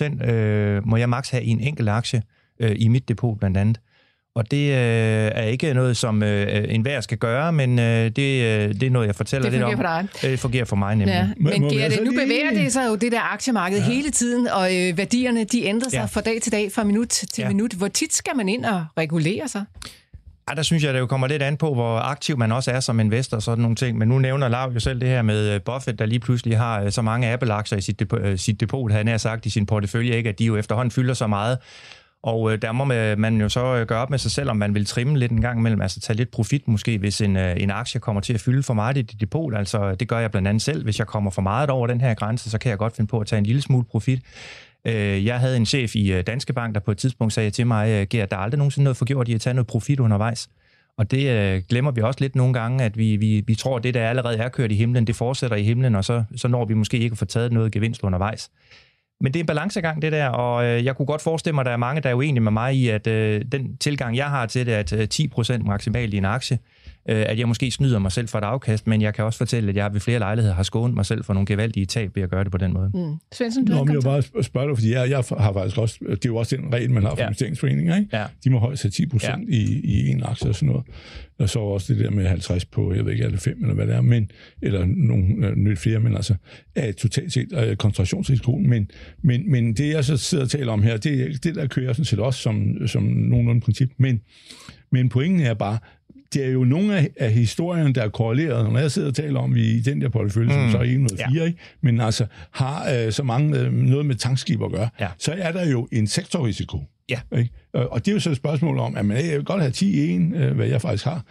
10% må jeg maks have i en enkelt aktie i mit depot blandt andet. Og det er ikke noget, som enhver skal gøre, men det er noget, jeg fortæller lidt om. Det fungerer for mig nemlig. Ja. Men Gert, nu bevæger det sig jo det der aktiemarked hele tiden, og værdierne de ændrer sig fra dag til dag, fra minut til minut. Hvor tit skal man ind og regulere sig? Der synes jeg, det jo kommer lidt an på, hvor aktiv man også er som investor og sådan nogle ting. Men nu nævner Lav jo selv det her med Buffett, der lige pludselig har så mange Apple-aktier i sit depot, han har sagt i sin portefølje, ikke, at de jo efterhånden fylder så meget. Og der må man jo så gøre op med sig selv, om man vil trimme lidt en gang imellem, altså tage lidt profit måske, hvis en aktie kommer til at fylde for meget i dit depot. Altså det gør jeg blandt andet selv. Hvis jeg kommer for meget over den her grænse, så kan jeg godt finde på at tage en lille smule profit. Jeg havde en chef i Danske Bank, der på et tidspunkt sagde til mig, Gert, der er aldrig nogensinde noget forgjort i at tage noget profit undervejs. Og det glemmer vi også lidt nogle gange, at vi tror, at det, der allerede er kørt i himlen, det fortsætter i himlen, og så når vi måske ikke at få taget noget gevinst undervejs. Men det er en balancegang, det der, og jeg kunne godt forestille mig, at der er mange, der er uenige med mig i, at den tilgang, jeg har til det, at 10% maksimalt i en aktie, at jeg måske snyder mig selv for et afkast, men jeg kan også fortælle, at jeg ved flere lejligheder har skånet mig selv for nogle gevaldige tab ved at gøre det på den måde. Svendsen, du har jeg bare spørge dig, fordi jeg har faktisk også, det er jo også den regel, man har for investeringsforeninger, ikke? Ja. De må højst have 10% i en aktie og sådan noget. Og så også det der med 50 på, jeg ved ikke, 5 eller hvad det er, eller nogle nyt flere, men altså er totalt set koncentrationsrisikoen. Men det, jeg så sidder og taler om her, det der kører sådan set også som nogenlunde princip. Men pointen er bare, det er jo nogle af historierne, der er korreleret, når jeg sidder og taler om i den der portefølje, som så er 104, ikke? Men altså har så mange noget med tankskib at gøre, så er der jo en sektorrisiko. Ja. Ikke? Og det er jo så et spørgsmål om, at man kan godt have 10 i en, hvad jeg faktisk har,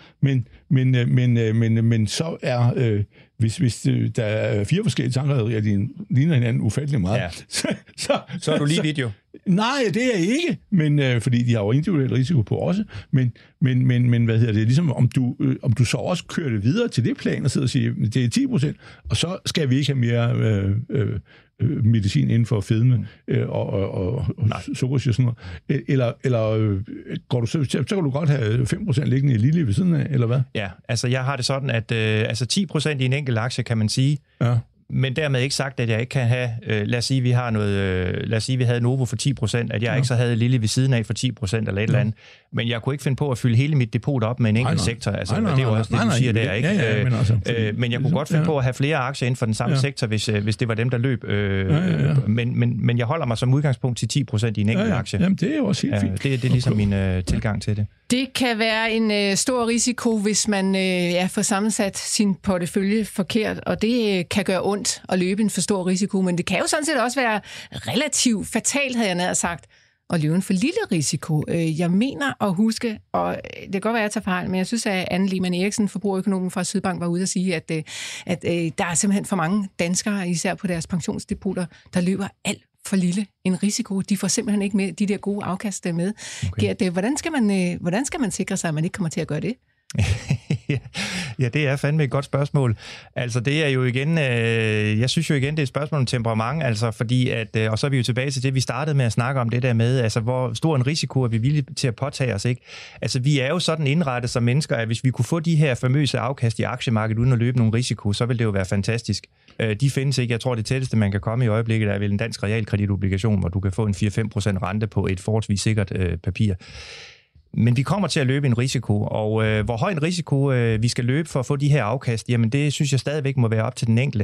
men så er, hvis der er 4 forskellige tankrederier, de ligner hinanden ufattelig meget, så er du lige vidt jo. Nej, det er ikke, men fordi de har jo individuel risiko på også, men hvad hedder det, ligesom om du så også kører det videre til det plan og sidder og siger, det er 10%, og så skal vi ikke have mere medicin inden for fedme og sukkersyge og sådan noget. Eller går du så kan du godt have 5% liggende i lille ved siden af, eller hvad? Ja, altså jeg har det sådan, at 10% i en enkelt aktie, kan man sige, men dermed ikke sagt, at jeg ikke kan have, lad os sige, vi havde Novo for 10%, at jeg ikke så havde Lille ved siden af for 10% eller et eller andet. Men jeg kunne ikke finde på at fylde hele mit depot op med en enkelt sektor. Altså, det er jo også det, du siger der, ikke? Ja, men jeg kunne godt finde på at have flere aktier inden for den samme sektor, hvis det var dem, der løb. Men jeg holder mig som udgangspunkt til 10% i en enkelt aktie. Jamen, det er jo også helt fint. Det er ligesom min tilgang til det. Det kan være en stor risiko, hvis man får sammensat sin portefølje forkert, og det kan gøre ondt at løbe en for stor risiko, men det kan jo sådan set også være relativt fatalt, havde jeg nær sagt, at løbe en for lille risiko. Jeg mener at huske, og det kan godt være, at jeg tager fejl, men jeg synes, at Anne Lehmann Eriksen, forbrugerøkonomen fra Sydbank, var ude at sige, at der er simpelthen for mange danskere, især på deres pensionsdepoter, der løber alt for lille en risiko. De får simpelthen ikke med de der gode afkast med. Okay. Hvordan skal man sikre sig, at man ikke kommer til at gøre det? Ja, det er fandme et godt spørgsmål. Altså, det er jo igen, jeg synes jo igen, det er et spørgsmål om temperament, altså fordi at, og så er vi jo tilbage til det, vi startede med at snakke om det der med, altså hvor stor en risiko er vi villige til at påtage os, ikke? Altså, vi er jo sådan indrettet som mennesker, at hvis vi kunne få de her famøse afkast i aktiemarkedet uden at løbe nogen risiko, så ville det jo være fantastisk. De findes ikke. Jeg tror, det tætteste, man kan komme i øjeblikket, er vel en dansk realkreditobligation, hvor du kan få en 4-5% rente på et forholdsvis sikkert papir. Men vi kommer til at løbe en risiko, og hvor høj en risiko vi skal løbe for at få de her afkast, jamen det synes jeg stadigvæk må være op til den enkelte.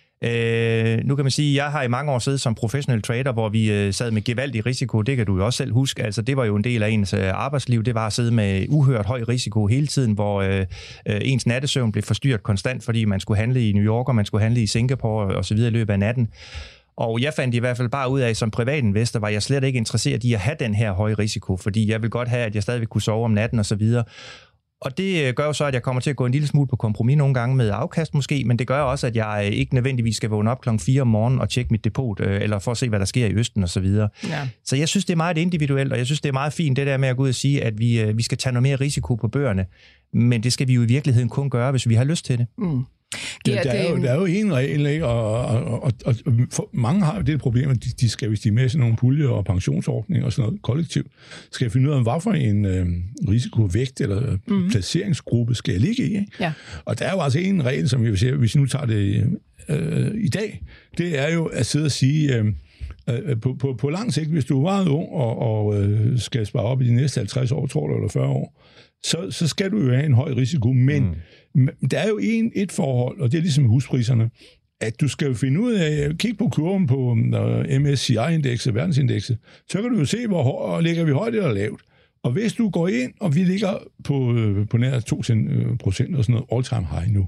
Nu kan man sige, at jeg har i mange år siddet som professionel trader, hvor vi sad med gevaldig risiko. Det kan du jo også selv huske. Altså, det var jo en del af ens arbejdsliv. Det var at sidde med uhørt høj risiko hele tiden, hvor ens nattesøvn blev forstyrret konstant, fordi man skulle handle i New York, og man skulle handle i Singapore og så videre i løbet af natten. Og jeg fandt i hvert fald bare ud af, som privatinvestor var jeg slet ikke interesseret i at have den her høje risiko, fordi jeg vil godt have, at jeg stadigvæk kunne sove om natten og så videre. Og det gør jo så, at jeg kommer til at gå en lille smule på kompromis nogle gange med afkast måske, men det gør også, at jeg ikke nødvendigvis skal vågne op kl. 4 om morgenen og tjekke mit depot, eller for at se, hvad der sker i Østen og så videre. Ja. Så jeg synes, det er meget individuelt, og jeg synes, det er meget fint det der med at gå ud og sige, at vi skal tage noget mere risiko på bøgerne, men det skal vi jo i virkeligheden kun gøre, hvis vi har lyst til det. Mm. Der er jo en regel, ikke? Og mange har jo det problem, at de skal, hvis de er med sådan nogle puljer og pensionsordninger og sådan noget kollektivt, skal finde ud af, hvad for en risikovægt eller placeringsgruppe skal jeg ligge i. Ikke? Ja. Og der er jo altså en regel, som jeg vil sige, hvis vi nu tager det i dag, det er jo at sidde og sige, på lang sigt, hvis du er meget ung og skal spare op i de næste 50 år, tror du, eller 40 år, så skal du jo have en høj risiko, men der er jo et forhold, og det er ligesom huspriserne, at du skal jo finde ud af, kigge på kurven på MSCI-indekset, verdensindekset, så kan du jo se, hvor ligger vi højt eller lavt. Og hvis du går ind, og vi ligger på nær 2% og sådan noget all-time high nu,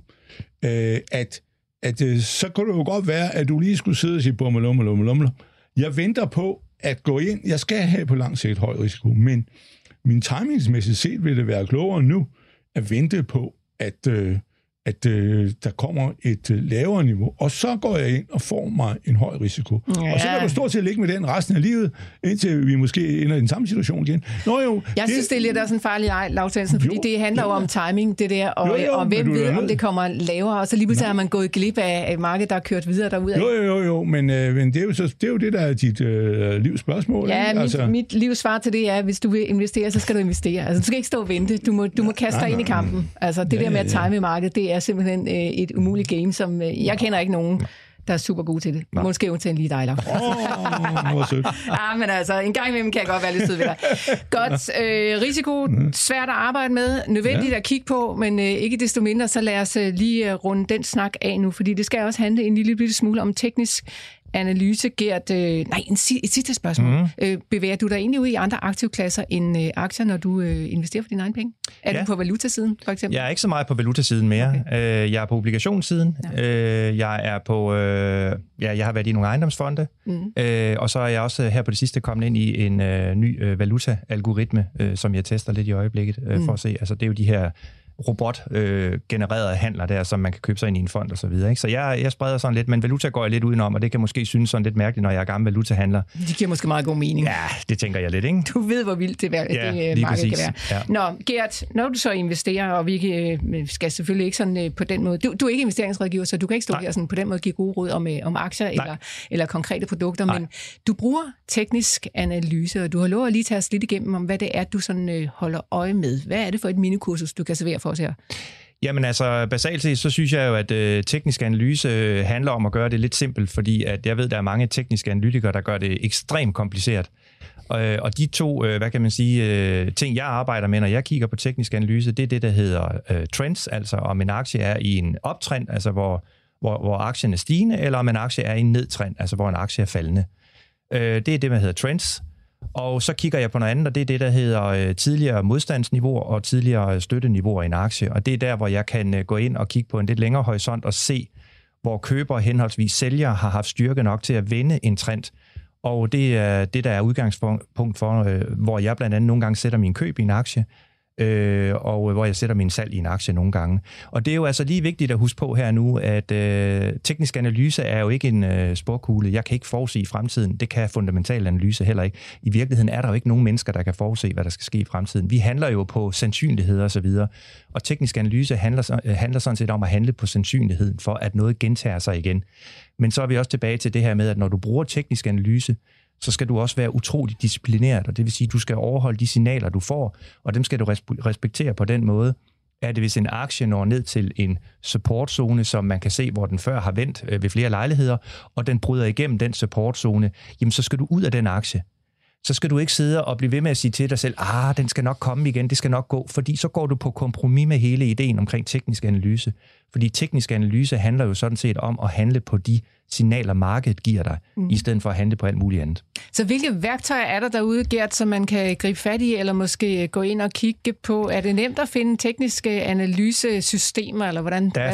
så kan det jo godt være, at du lige skulle sidde og sige, bummelummelummelumler. Jeg venter på at gå ind. Jeg skal have på lang sigt høj risiko, men min timingsmæssigt set vil det være klogere nu at vente på, at der kommer et lavere niveau, og så går jeg ind og får mig en høj risiko. Ja. Og så kan du stort set ligge med den resten af livet, indtil vi måske ender i den samme situation igen. Jeg synes, det er lidt også en farlig lavtagelse, fordi det handler jo om timing, det der, og hvem ved, om det kommer lavere, og så lige pludselig har man gået glip af et marked, der har kørt videre derudad. Jo, men det er jo det, der er dit livs spørgsmål. Ja, mit livs svar til det er, at hvis du vil investere, så skal du investere. Altså, du skal ikke stå og vente. Du må kaste dig ind i kampen. Altså, det der med at time markedet, det er simpelthen et umuligt game, som jeg kender ikke nogen, der er super god til det. Nej. Måske undtagen lige dig, Lars. Men altså, en gang imellem kan jeg godt være lidt sød ved dig. Godt. Risiko, svært at arbejde med, nødvendigt at kigge på, men ikke desto mindre, så lad os lige runde den snak af nu, fordi det skal også handle en lille smule om teknisk analyse. Gert, et sidste spørgsmål. Bevæger du dig egentlig ud i andre aktivklasser end aktier, når du investerer for dine egne penge? Er du på valutasiden, for eksempel? Jeg er ikke så meget på valutasiden mere. Okay. Jeg er på obligationssiden. Ja. Jeg er på... jeg har været i nogle ejendomsfonde. Og så er jeg også her på det sidste kommet ind i en ny valuta-algoritme, som jeg tester lidt i øjeblikket for at se. Altså, det er jo de her robotgenererede handler der, som man kan købe sig ind i en fond og så videre. Ikke? Så jeg spreder sådan lidt, men valuta går jeg lidt udenom, og det kan måske synes sådan lidt mærkeligt, når jeg er gammel valutahandler. Det giver måske meget god mening. Ja, det tænker jeg lidt, ikke? Du ved, hvor vildt det marked kan være. Ja. Nå, Gert, når du så investerer, og vi skal selvfølgelig ikke sådan på den måde, du er ikke investeringsrådgiver, så du kan ikke stå her sådan på den måde give gode råd om aktier eller konkrete produkter, men du bruger teknisk analyse, og du har lovet at lige tage os lidt igennem om, hvad det er, du sådan holder øje med. Hvad er det for et minikursus, du kan servere for os her? Jamen altså, basalt set, så synes jeg jo, at teknisk analyse handler om at gøre det lidt simpelt, fordi at jeg ved, der er mange tekniske analytikere, der gør det ekstremt kompliceret. Og de to, ting, jeg arbejder med, når jeg kigger på teknisk analyse, det er det, der hedder trends, altså om en aktie er i en optrend, altså hvor aktien er stigende, eller om en aktie er i en nedtrend, altså hvor en aktie er faldende. Det er det, der hedder trends. Og så kigger jeg på noget andet, og det er det, der hedder tidligere modstandsniveauer og tidligere støtteniveauer i en aktie. Og det er der, hvor jeg kan gå ind og kigge på en lidt længere horisont og se, hvor køber henholdsvis sælger har haft styrke nok til at vende en trend. Og det er det, der er udgangspunkt for, hvor jeg blandt andet nogle gange sætter min køb i en aktie, og hvor jeg sætter min salg i en aktie nogle gange. Og det er jo altså lige vigtigt at huske på her nu, at teknisk analyse er jo ikke en spåkugle. Jeg kan ikke forudse fremtiden. Det kan fundamental analyse heller ikke. I virkeligheden er der jo ikke nogen mennesker, der kan forudse, hvad der skal ske i fremtiden. Vi handler jo på sandsynligheder og så videre. Og teknisk analyse handler sådan set om at handle på sandsynligheden for, at noget gentager sig igen. Men så er vi også tilbage til det her med, at når du bruger teknisk analyse, så skal du også være utrolig disciplineret, og det vil sige, at du skal overholde de signaler, du får, og dem skal du respektere på den måde, at hvis en aktie når ned til en supportzone, som man kan se, hvor den før har vendt ved flere lejligheder, og den bryder igennem den supportzone, jamen så skal du ud af den aktie. Så skal du ikke sidde og blive ved med at sige til dig selv, den skal nok komme igen, det skal nok gå, fordi så går du på kompromis med hele ideen omkring teknisk analyse. Fordi teknisk analyse handler jo sådan set om at handle på de signaler, markedet giver dig, i stedet for at handle på alt muligt andet. Så hvilke værktøjer er der derude, Gert, som man kan gribe fat i, eller måske gå ind og kigge på? Er det nemt at finde tekniske analysesystemer, eller hvordan? Der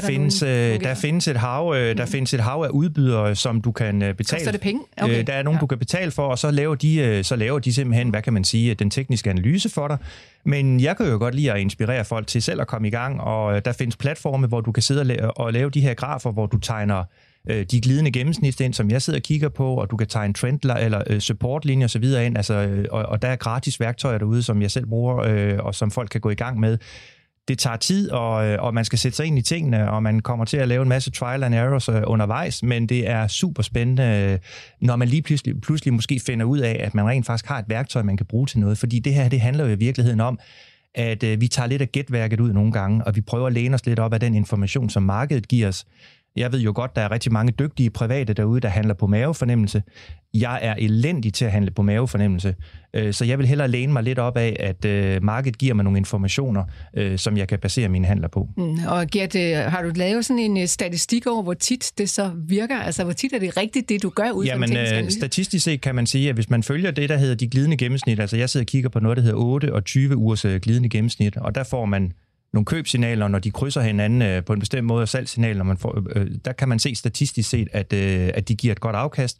findes et hav af udbydere, som du kan betale. Koster det penge? Okay. Der er nogen, du kan betale for, og så laver de simpelthen, hvad kan man sige, den tekniske analyse for dig. Men jeg kan jo godt lide at inspirere folk til selv at komme i gang, og der findes platforme, hvor du kan sidde og lave de her grafer, hvor du tegner de glidende gennemsnit ind, som jeg sidder og kigger på, og du kan tegne trend eller supportlinjer og så videre ind, altså, og der er gratis værktøjer derude, som jeg selv bruger, og som folk kan gå i gang med. Det tager tid, og man skal sætte sig ind i tingene, og man kommer til at lave en masse trial and errors undervejs, men det er super spændende, når man lige pludselig måske finder ud af, at man rent faktisk har et værktøj, man kan bruge til noget, fordi det her, det handler jo i virkeligheden om, at vi tager lidt af gætværket ud nogle gange, og vi prøver at læne os lidt op af den information, som markedet giver os. Jeg ved jo godt, der er rigtig mange dygtige private derude, der handler på mavefornemmelse. Jeg er elendig til at handle på mavefornemmelse, så jeg vil hellere læne mig lidt op af, at markedet giver mig nogle informationer, som jeg kan basere mine handler på. Og Gert, har du lavet sådan en statistik over, hvor tit det så virker? Altså, hvor tit er det rigtigt, det du gør ud fra teknisk analyse? Statistisk set kan man sige, at hvis man følger det, der hedder de glidende gennemsnit, altså jeg sidder og kigger på noget, der hedder 8 og 20 ugers glidende gennemsnit, og der får man nogle købsignaler, når de krydser hinanden på en bestemt måde, og salgssignaler, der kan man se statistisk set, at de giver et godt afkast,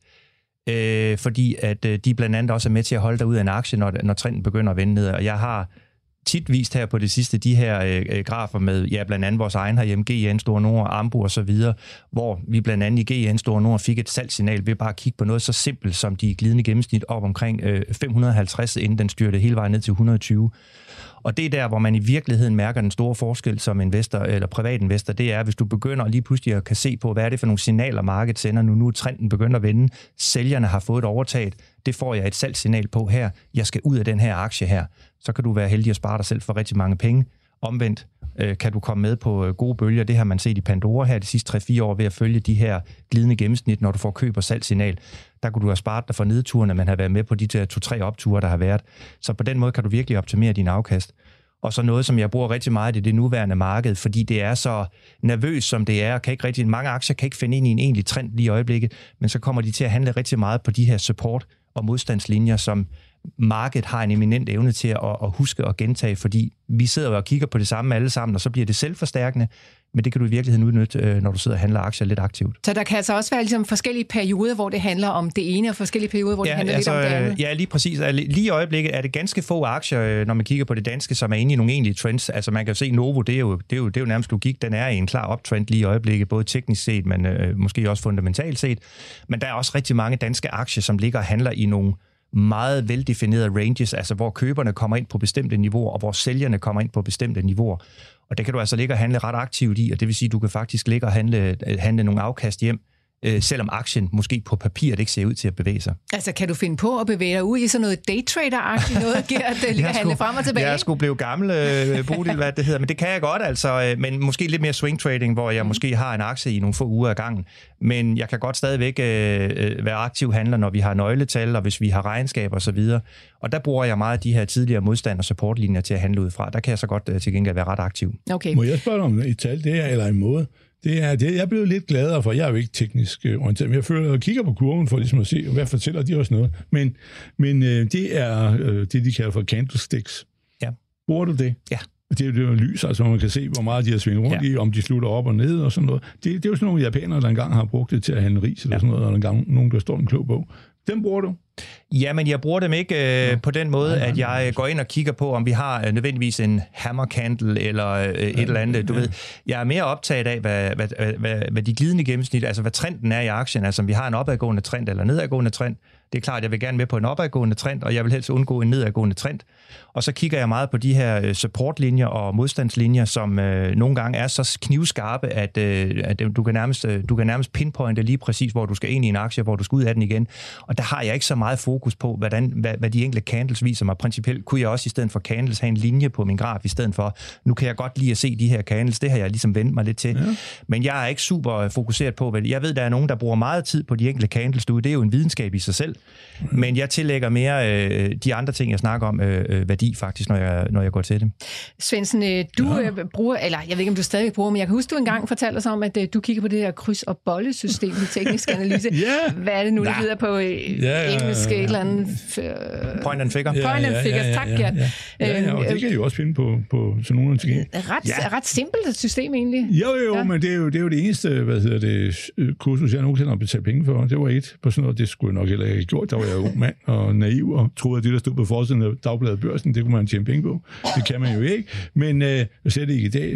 fordi at de blandt andet også er med til at holde dig ud af en aktie, når trenden begynder at vende ned. Og jeg har tit vist her på det sidste de her grafer med blandt andet vores egen herhjemme, GN Store Nord, Ambu og så videre, hvor vi blandt andet i GN Store Nord fik et salgssignal ved bare at kigge på noget så simpelt som de glidende gennemsnit op omkring 550, inden den styrte hele vejen ned til 120. Og det er der, hvor man i virkeligheden mærker den store forskel som investor eller privatinvestor, det er, hvis du begynder lige pludselig at kan se på, hvad er det for nogle signaler, markedet sender nu. Nu er trenden begynder at vende. Sælgerne har fået et overtaget. Det får jeg et salgssignal på her. Jeg skal ud af den her aktie her. Så kan du være heldig at spare dig selv for rigtig mange penge. Omvendt kan du komme med på gode bølger. Det har man set i Pandora her de sidste 3-4 år ved at følge de her glidende gennemsnit, når du får køb- og salgssignal. Der kunne du have sparet dig for nedturene, men have været med på de der 2-3 opture, der har været. Så på den måde kan du virkelig optimere din afkast. Og så noget, som jeg bruger rigtig meget i det nuværende marked, fordi det er så nervøst, som det er. Mange aktier kan ikke finde ind i en egentlig trend lige i øjeblikket, men så kommer de til at handle rigtig meget på de her support- og modstandslinjer, som markedet har en eminent evne til at huske og gentage, fordi vi sidder og kigger på det samme alle sammen, og så bliver det selvforstærkende, men det kan du i virkeligheden udnytte, når du sidder og handler aktier lidt aktivt. Så der kan altså også være ligesom forskellige perioder, hvor det handler om det ene, og forskellige perioder, hvor det handler lidt om det andet? Ja, lige præcis. Lige i øjeblikket er det ganske få aktier, når man kigger på det danske, som er inde i nogle egentlige trends. Altså man kan jo se, Novo, det er jo nærmest logik. Den er i en klar uptrend lige i øjeblikket, både teknisk set, men måske også fundamentalt set. Men der er også rigtig mange danske aktier, som ligger og handler i nogle meget veldefinerede ranges, altså hvor køberne kommer ind på bestemte niveauer, og hvor sælgerne kommer ind på bestemte niveauer. Og det kan du altså ligge og handle ret aktivt i, og det vil sige, at du kan faktisk ligge og handle nogle afkast hjem selvom aktien måske på papiret ikke ser ud til at bevæge sig. Altså, kan du finde på at bevæge dig ud i sådan noget daytrader-agtigt noget, Gert, der handle frem og tilbage? Jeg skulle blive gammel, Bodil, hvad det hedder, men det kan jeg godt, altså, men måske lidt mere swing trading, hvor jeg måske har en aktie i nogle få uger ad gangen, men jeg kan godt stadigvæk være aktiv handler, når vi har nøgletal, og hvis vi har regnskaber og så videre, og der bruger jeg meget af de her tidligere modstand- og supportlinjer til at handle ud fra. Der kan jeg så godt til gengæld være ret aktiv. Okay. Må jeg spørge om et tal, det er, eller en måde? Det er det, jeg er blevet lidt gladere for. Jeg er jo ikke teknisk orienteret, men jeg føler, at kigger på kurven for ligesom at se, hvad fortæller de også noget. Men det er det, de kalder for candlesticks. Ja. Bruger du det? Ja. Det er jo lys, altså man kan se, hvor meget de har svinget rundt i, om de slutter op og ned og sådan noget. Det er jo sådan nogle japanere, der engang har brugt det til at handle ris eller sådan noget, og engang nogen, der står en klog bog. Dem bruger du? Ja, men jeg bruger dem ikke på den måde, at jeg går ind og kigger på, om vi har nødvendigvis en hammer candle eller et eller andet. Du ved, jeg er mere optaget af, hvad de glidende gennemsnit, altså hvad trenden er i aktien, altså om vi har en opadgående trend eller nedadgående trend. Det er klart, at jeg vil gerne med på en opadgående trend, og jeg vil helst undgå en nedadgående trend. Og så kigger jeg meget på de her supportlinjer og modstandslinjer, som nogle gange er så knivskarpe, at du kan nærmest pinpointe lige præcis, hvor du skal ind i en aktie, hvor du skal ud af den igen. Og der har jeg ikke så meget fokus på, hvad de enkelte candles viser mig. Principielt kunne jeg også i stedet for candles have en linje på min graf i stedet for. Nu kan jeg godt lide at se de her candles, det har jeg ligesom vendt mig lidt til. Ja. Men jeg er ikke super fokuseret på, jeg ved, der er nogen, der bruger meget tid på de enkelte candles derude. Det er jo en videnskab i sig selv. Men jeg tillægger mere de andre ting, jeg snakker om, værdi faktisk, når jeg går til det. Svendsen, du bruger, eller jeg ved ikke, om du stadig bruger, men jeg kan huske, du engang fortalte os om, at du kigger på det her kryds- og bolle-system i teknisk analyse. Hvad er det nu, det hedder på engelsk et eller andet? Point and figure. Point and figure, tak, Gert. Ja, og det kan I jo også finde på sådan nogle ting. Ret simpelt et system egentlig. Jo, men det er jo det eneste, kursus, jeg nogensinde har betalt penge for. Det var et på sådan noget, det skulle jeg nok heller ikke have gjort. Der var jeg ung mand og naiv og troede, at det, der stod på forsiden af Dagbladet Børsen, det kunne man tjene penge på. Det kan man jo ikke, men slet ikke i dag.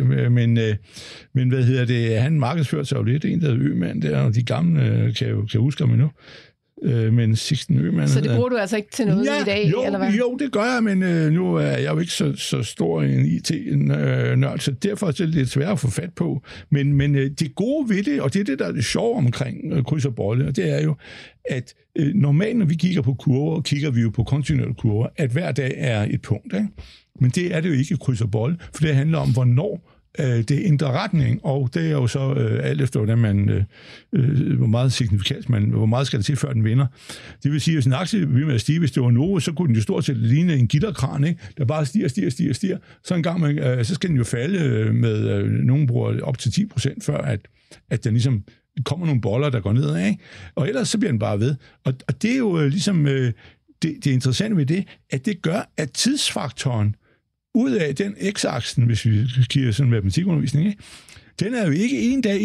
Men han markedsførte sig jo lidt, en der hedder Ømand der, og de gamle kan huske ham endnu. Men Sixten Ømand. Så det bruger du altså ikke til noget i dag, eller hvad? Jo, det gør jeg, men nu er jeg jo ikke så stor en IT-nørd, så derfor er det lidt svært at få fat på. Men det gode ved det, og det er det, der er det sjove omkring kryds og bolle, og det er jo, at normalt, når vi kigger på kurver, kigger vi jo på kontinuerlige kurver, at hver dag er et punkt, ikke? Men det er det jo ikke kryds og bolle, for det handler om, hvornår det ændrer retning, og det er jo så alt efter, hvordan man, hvor meget signifikans hvor meget skal der til, før den vinder. Det vil sige, at hvis en aktie vil med at stige, hvis det var Novo, så kunne den jo stort set ligne en gitterkran, ikke? Der bare stiger. Så en gang, så skal den jo falde med, nogen bruger op til 10%, før at den ligesom kommer nogle boller, der går nedad, ikke? Og ellers så bliver den bare ved. Og det er jo ligesom, det interessante ved det, at det gør, at tidsfaktoren ud af den x-aksen, hvis vi kigger sådan en matematikundervisning, ikke? Den er jo ikke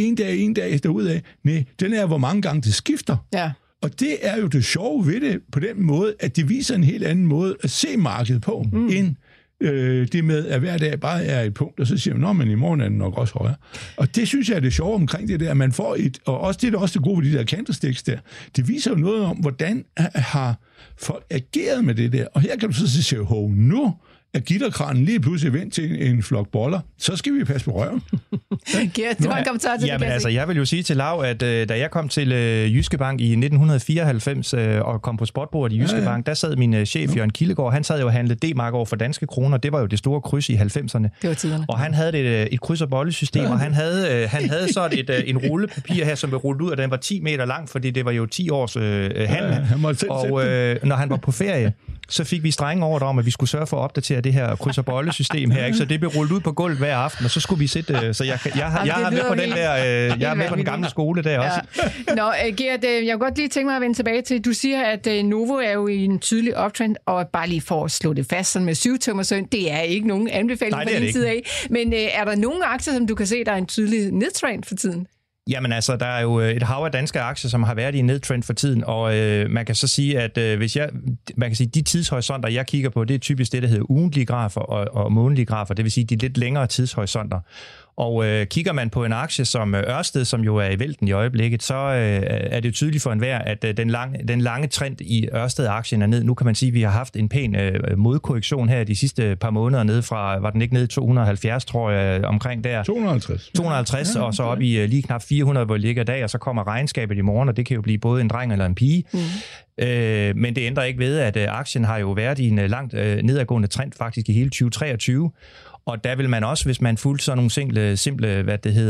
en dag derudad. Nej, den er, hvor mange gange det skifter. Ja. Og det er jo det sjove ved det på den måde, at det viser en helt anden måde at se markedet på, end det med, at hver dag bare er et punkt, og så siger man, men i morgen er den nok også højere. Og det synes jeg er det sjove omkring det der, at man får og også det er også det gode ved de der candlesticks der. Det viser jo noget om, hvordan har folk ageret med det der. Og her kan du så sige, nu er gitterkranen lige pludselig vendt til en flok boller, så skal vi passe på røven. Gert, det var en kommentar til det. Altså, jeg vil jo sige til Lav, at da jeg kom til Jyske Bank i 1994 og kom på spotbordet i Jyske Bank, der sad min chef, Jørgen Kildegård, han sad jo og handlede D-mark over for danske kroner. Det var jo det store kryds i 90'erne. Det var tiderne. Og han havde et kryds- og bollesystem, og han havde så en rullepapir her, som blev rullet ud, og den var 10 meter lang, fordi det var jo 10 års handel. Og når han var på ferie, så fik vi strenge ordre om, at vi skulle sørge for at opdatere det her kryds- og bolle-system her, ikke? Så det blev rullet ud på gulvet hver aften, og så skulle vi sætte. Så jeg er med på den der. Jeg er med på den gamle skole der også. Nå, Gert, jeg kunne godt lige tænke mig at vende tilbage til. Du siger, at Novo er jo i en tydelig uptrend, og bare lige for at slå det fast sådan med 7-tømmersøn, det er ikke nogen anbefaling fra din side af. Men er der nogle aktier, som du kan se, der er en tydelig nedtrend for tiden? Jamen altså, der er jo et hav af danske aktier, som har været i en nedtrend for tiden, og man kan så sige, at de tidshorisonter, jeg kigger på, det er typisk det, der hedder ugentlige grafer og månedlige grafer, det vil sige de lidt længere tidshorisonter. Og kigger man på en aktie som Ørsted, som jo er i vælten i øjeblikket, så er det jo tydeligt for enhver, at den lange trend i Ørsted-aktien er ned. Nu kan man sige, at vi har haft en pæn modkorrektion her de sidste par måneder ned fra, var den ikke ned 270, tror jeg, omkring der? 250, ja, og så op i lige knap 400, hvor det ligger i dag, og så kommer regnskabet i morgen, og det kan jo blive både en dreng eller en pige. Men det ændrer ikke ved, at aktien har jo været i en langt nedadgående trend faktisk i hele 2023. Og der vil man også, hvis man fulgte sådan nogle simple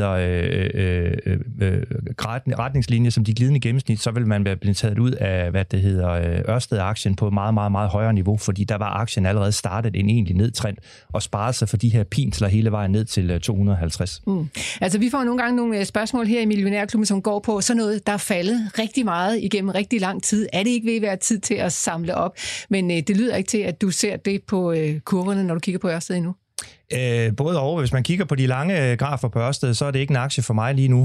retningslinjer som de glidende gennemsnit, så vil man være blevet taget ud af, Ørsted-aktien på et meget, meget, meget højere niveau, fordi der var aktien allerede startet en egentlig nedtrend og sparet sig for de her pinsler hele vejen ned til 250. Altså, vi får nogle gange nogle spørgsmål her i Millionærklubben, som går på sådan noget, der er faldet rigtig meget igennem rigtig lang tid. Er det ikke ved at være tid til at samle op? Men det lyder ikke til, at du ser det på kurverne, når du kigger på Ørsted endnu. Både og. Hvis man kigger på de lange grafer på Ørsted, så er det ikke en aktie for mig lige nu.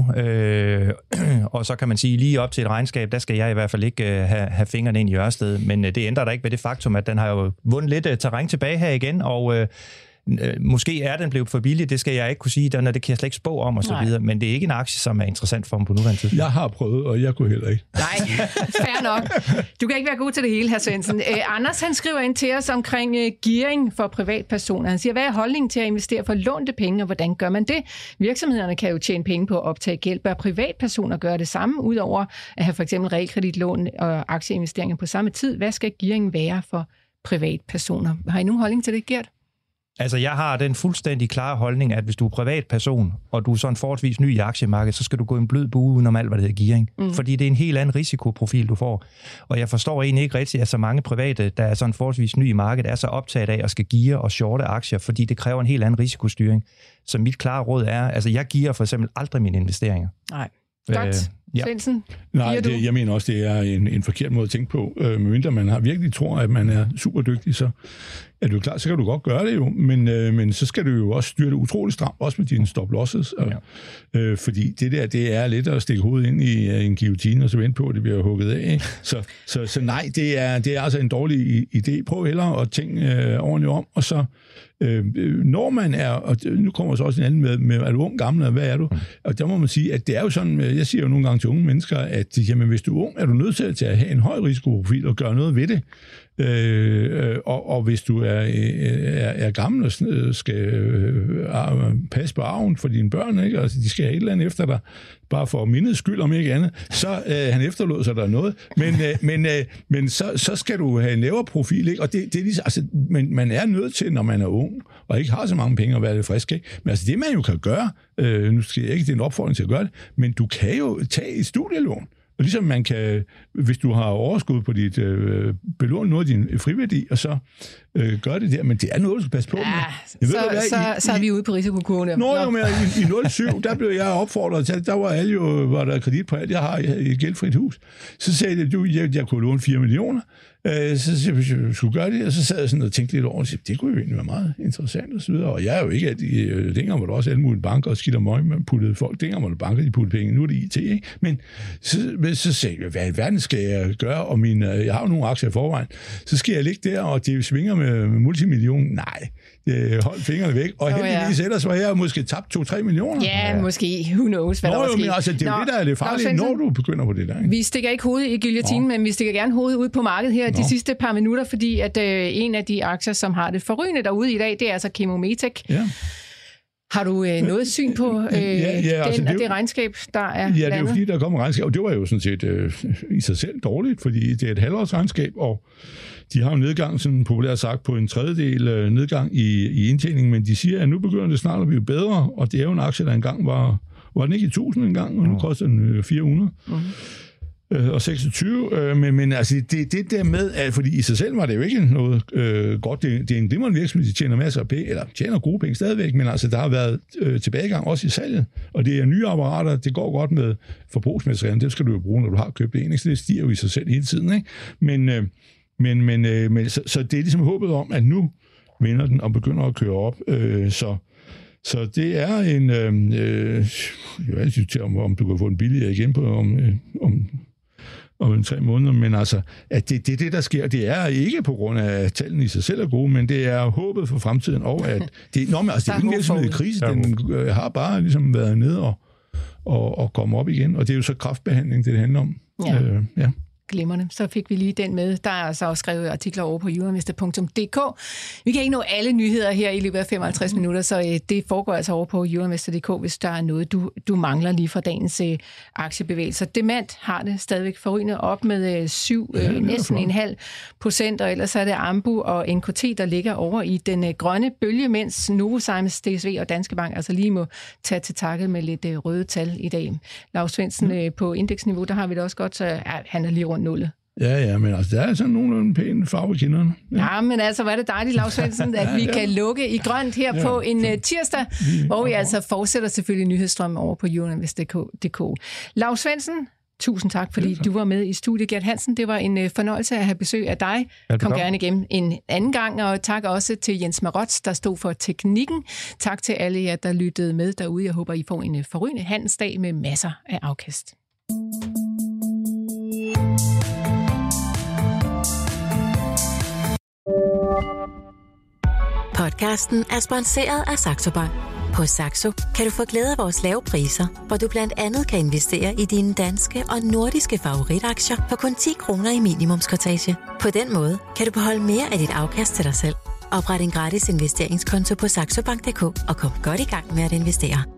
Og så kan man sige, lige op til et regnskab, der skal jeg i hvert fald ikke have fingrene ind i Ørsted. Men det ændrer da ikke ved det faktum, at den har jo vundet lidt terræn tilbage her igen, og måske er den blevet for billig, det skal jeg ikke kunne sige, det kan jeg slet ikke spå om og så videre, men det er ikke en aktie, som er interessant for mig på nuværende tid. Jeg har prøvet, og jeg kunne heller ikke. Nej, fair nok. Du kan ikke være god til det hele, hr. Svendsen. Anders, han skriver ind til os omkring gearing for privatpersoner. Han siger, hvad er holdningen til at investere for lånte penge, og hvordan gør man det? Virksomhederne kan jo tjene penge på at optage gæld. Bør privatpersoner gøre det samme, udover at have for eksempel realkreditlån og aktieinvesteringer på samme tid? Hvad skal gearingen være for privatpersoner? Har I nogen holdning til det, Gert? Altså, jeg har den fuldstændig klare holdning, at hvis du er privatperson, og du er sådan forholdsvis ny i aktiemarkedet, så skal du gå en blød bue udenom alt, hvad det hedder gearing. Fordi det er en helt anden risikoprofil, du får. Og jeg forstår egentlig ikke rigtigt, at så mange private, der er sådan forholdsvis ny i markedet, er så optaget af at skal geare og shorte aktier, fordi det kræver en helt anden risikostyring. Så mit klare råd er, altså jeg gearer for eksempel aldrig mine investeringer. Nej. Godt. Svendsen, nej, jeg mener også, det er en forkert måde at tænke på. Medmindre man har virkelig tror, at man er super dygtig, så er du klar, så kan du godt gøre det jo, men så skal du jo også styre det utroligt stramt, også med dine stop-losses. Fordi det er lidt at stikke hovedet ind i en guillotine, og så vente på, at det bliver hugget af. Så nej, det er altså en dårlig idé. Prøv hellere at tænke ordentligt om, og så når man er, og nu kommer så også en anden med er du ung, gammel, og hvad er du? Og der må man sige, at det er jo sådan, jeg siger jo nogle gange til unge mennesker, at jamen, hvis du er ung, er du nødt til at have en høj risikoprofil og gøre noget ved det. Og hvis du er gammel og skal passe på arven for dine børn, ikke? Altså, de skal have et eller andet efter dig, bare for mindets skyld, om ikke andet, så han efterlod sig der noget. Men så skal du have en lavere profil, ikke? Og det er ligesom, altså, man er nødt til, når man er ung, og ikke har så mange penge at være lidt frisk, ikke? Men altså, det man jo kan gøre, nu skal jeg ikke, det er en opfordring til at gøre det, men du kan jo tage et studielån. Og ligesom man kan, hvis du har overskud på dit belån noget af din friværdi, og så gør det der, men det er noget, du skal passe på med. Så er vi ude på risikokurven. I 07, der blev jeg opfordret til, der var der kredit på alt, jeg har i et gældfrit hus. Så sagde jeg, jeg kunne låne 4 millioner, så sagde jeg, skulle gøre det, og så sad jeg sådan og tænkte lidt over, og det kunne jo egentlig være meget interessant og så videre, og jeg er jo ikke, dengang var der også alle mulige banker og skidt og møg, man puttede folk, dengang var der banker, de puttede penge, nu er det IT, ikke? Men så sagde jeg, hvad i verden skal jeg gøre, og jeg har jo nogle aktier i forvejen, så skal jeg ligge der, og det svinger med multimillion, nej, hold fingrene væk, og heldigvis ellers var jeg måske tabt 2-3 millioner. Ja, måske, who knows, hvad der var sket. Men altså, det er jo det, der er det farlige, når du begynder på det der, ikke? Vi stikker ikke hovedet i guillotinen, men vi stikker gerne hovedet ud på markedet her de sidste par minutter, fordi at en af de aktier, som har det forrygende derude i dag, det er altså Chemometec. Ja. Har du noget syn på det regnskab, der er landet? Ja, det er jo fordi, der kommer regnskab, og det var jo sådan set i sig selv dårligt, fordi det er et halvårsregnskab, og de har en nedgang, sådan populært sagt, på en tredjedel nedgang i indtjeningen, men de siger, at nu begynder det snart at blive bedre, og det er jo en aktie, der engang var den ikke i 1000 engang, og nu koster den 400. Og 26, men altså det der med, at fordi i sig selv var det jo ikke noget godt, det er en glimrende virksomhed, de tjener masser af penge, eller tjener gode penge stadigvæk, men altså der har været tilbagegang også i salget, og det er nye apparater, det går godt med forbrugsmateriale, det skal du jo bruge, når du har købt en, så det stiger jo i sig selv hele tiden, ikke? Men så det er ligesom håbet om, at nu vinder den og begynder at køre op, så det er en, jeg vil sige om du kan få den billigere igen på om om 3 måneder, men altså, at det, der sker, det er ikke på grund af, at tallene i sig selv er gode, men det er håbet for fremtiden, og at det er ingen virksomhed i krise, den har bare ligesom været nede og komme op igen, og det er jo så kræftbehandling, det handler om. Ja. Glimrende. Så fik vi lige den med. Der er altså også skrevet artikler over på euroinvestor.dk. Vi kan ikke nå alle nyheder her i løbet af 55 minutter, så det foregår altså over på euroinvestor.dk, hvis der er noget, du mangler lige fra dagens aktiebevægelser. Demant har det stadigvæk forrygende op med næsten 0,5%, og ellers er det Ambu og NKT, der ligger over i den grønne bølge, mens Novozymes, DSV og Danske Bank altså lige må tage til takke med lidt røde tal i dag. Lars Svendsen, på indeksniveau, der har vi det også godt, så han er lige rundt 0. Ja, men altså, der er sådan nogenlunde pæne farve i kinderne. Ja, men altså, hvor er det dejligt, Lars Svendsen, at vi kan lukke i grønt her på en tirsdag, hvor vi altså fortsætter selvfølgelig nyhedsstrømmen over på euroinvestor.dk. Lars Svendsen, tusind tak, fordi du var med i studiet. Gert Hansen, det var en fornøjelse at have besøg af dig. Kom gerne igen en anden gang, og tak også til Jens Marotz, der stod for teknikken. Tak til alle jer, der lyttede med derude. Jeg håber, I får en forrygende handelsdag med masser af afkast. Podcasten er sponsoreret af Saxo Bank. På Saxo kan du få glæde af vores lave priser, hvor du blandt andet kan investere i dine danske og nordiske favoritaktier for kun 10 kroner i minimumskortage. På den måde kan du beholde mere af dit afkast til dig selv. Opret en gratis investeringskonto på saxobank.dk og kom godt i gang med at investere.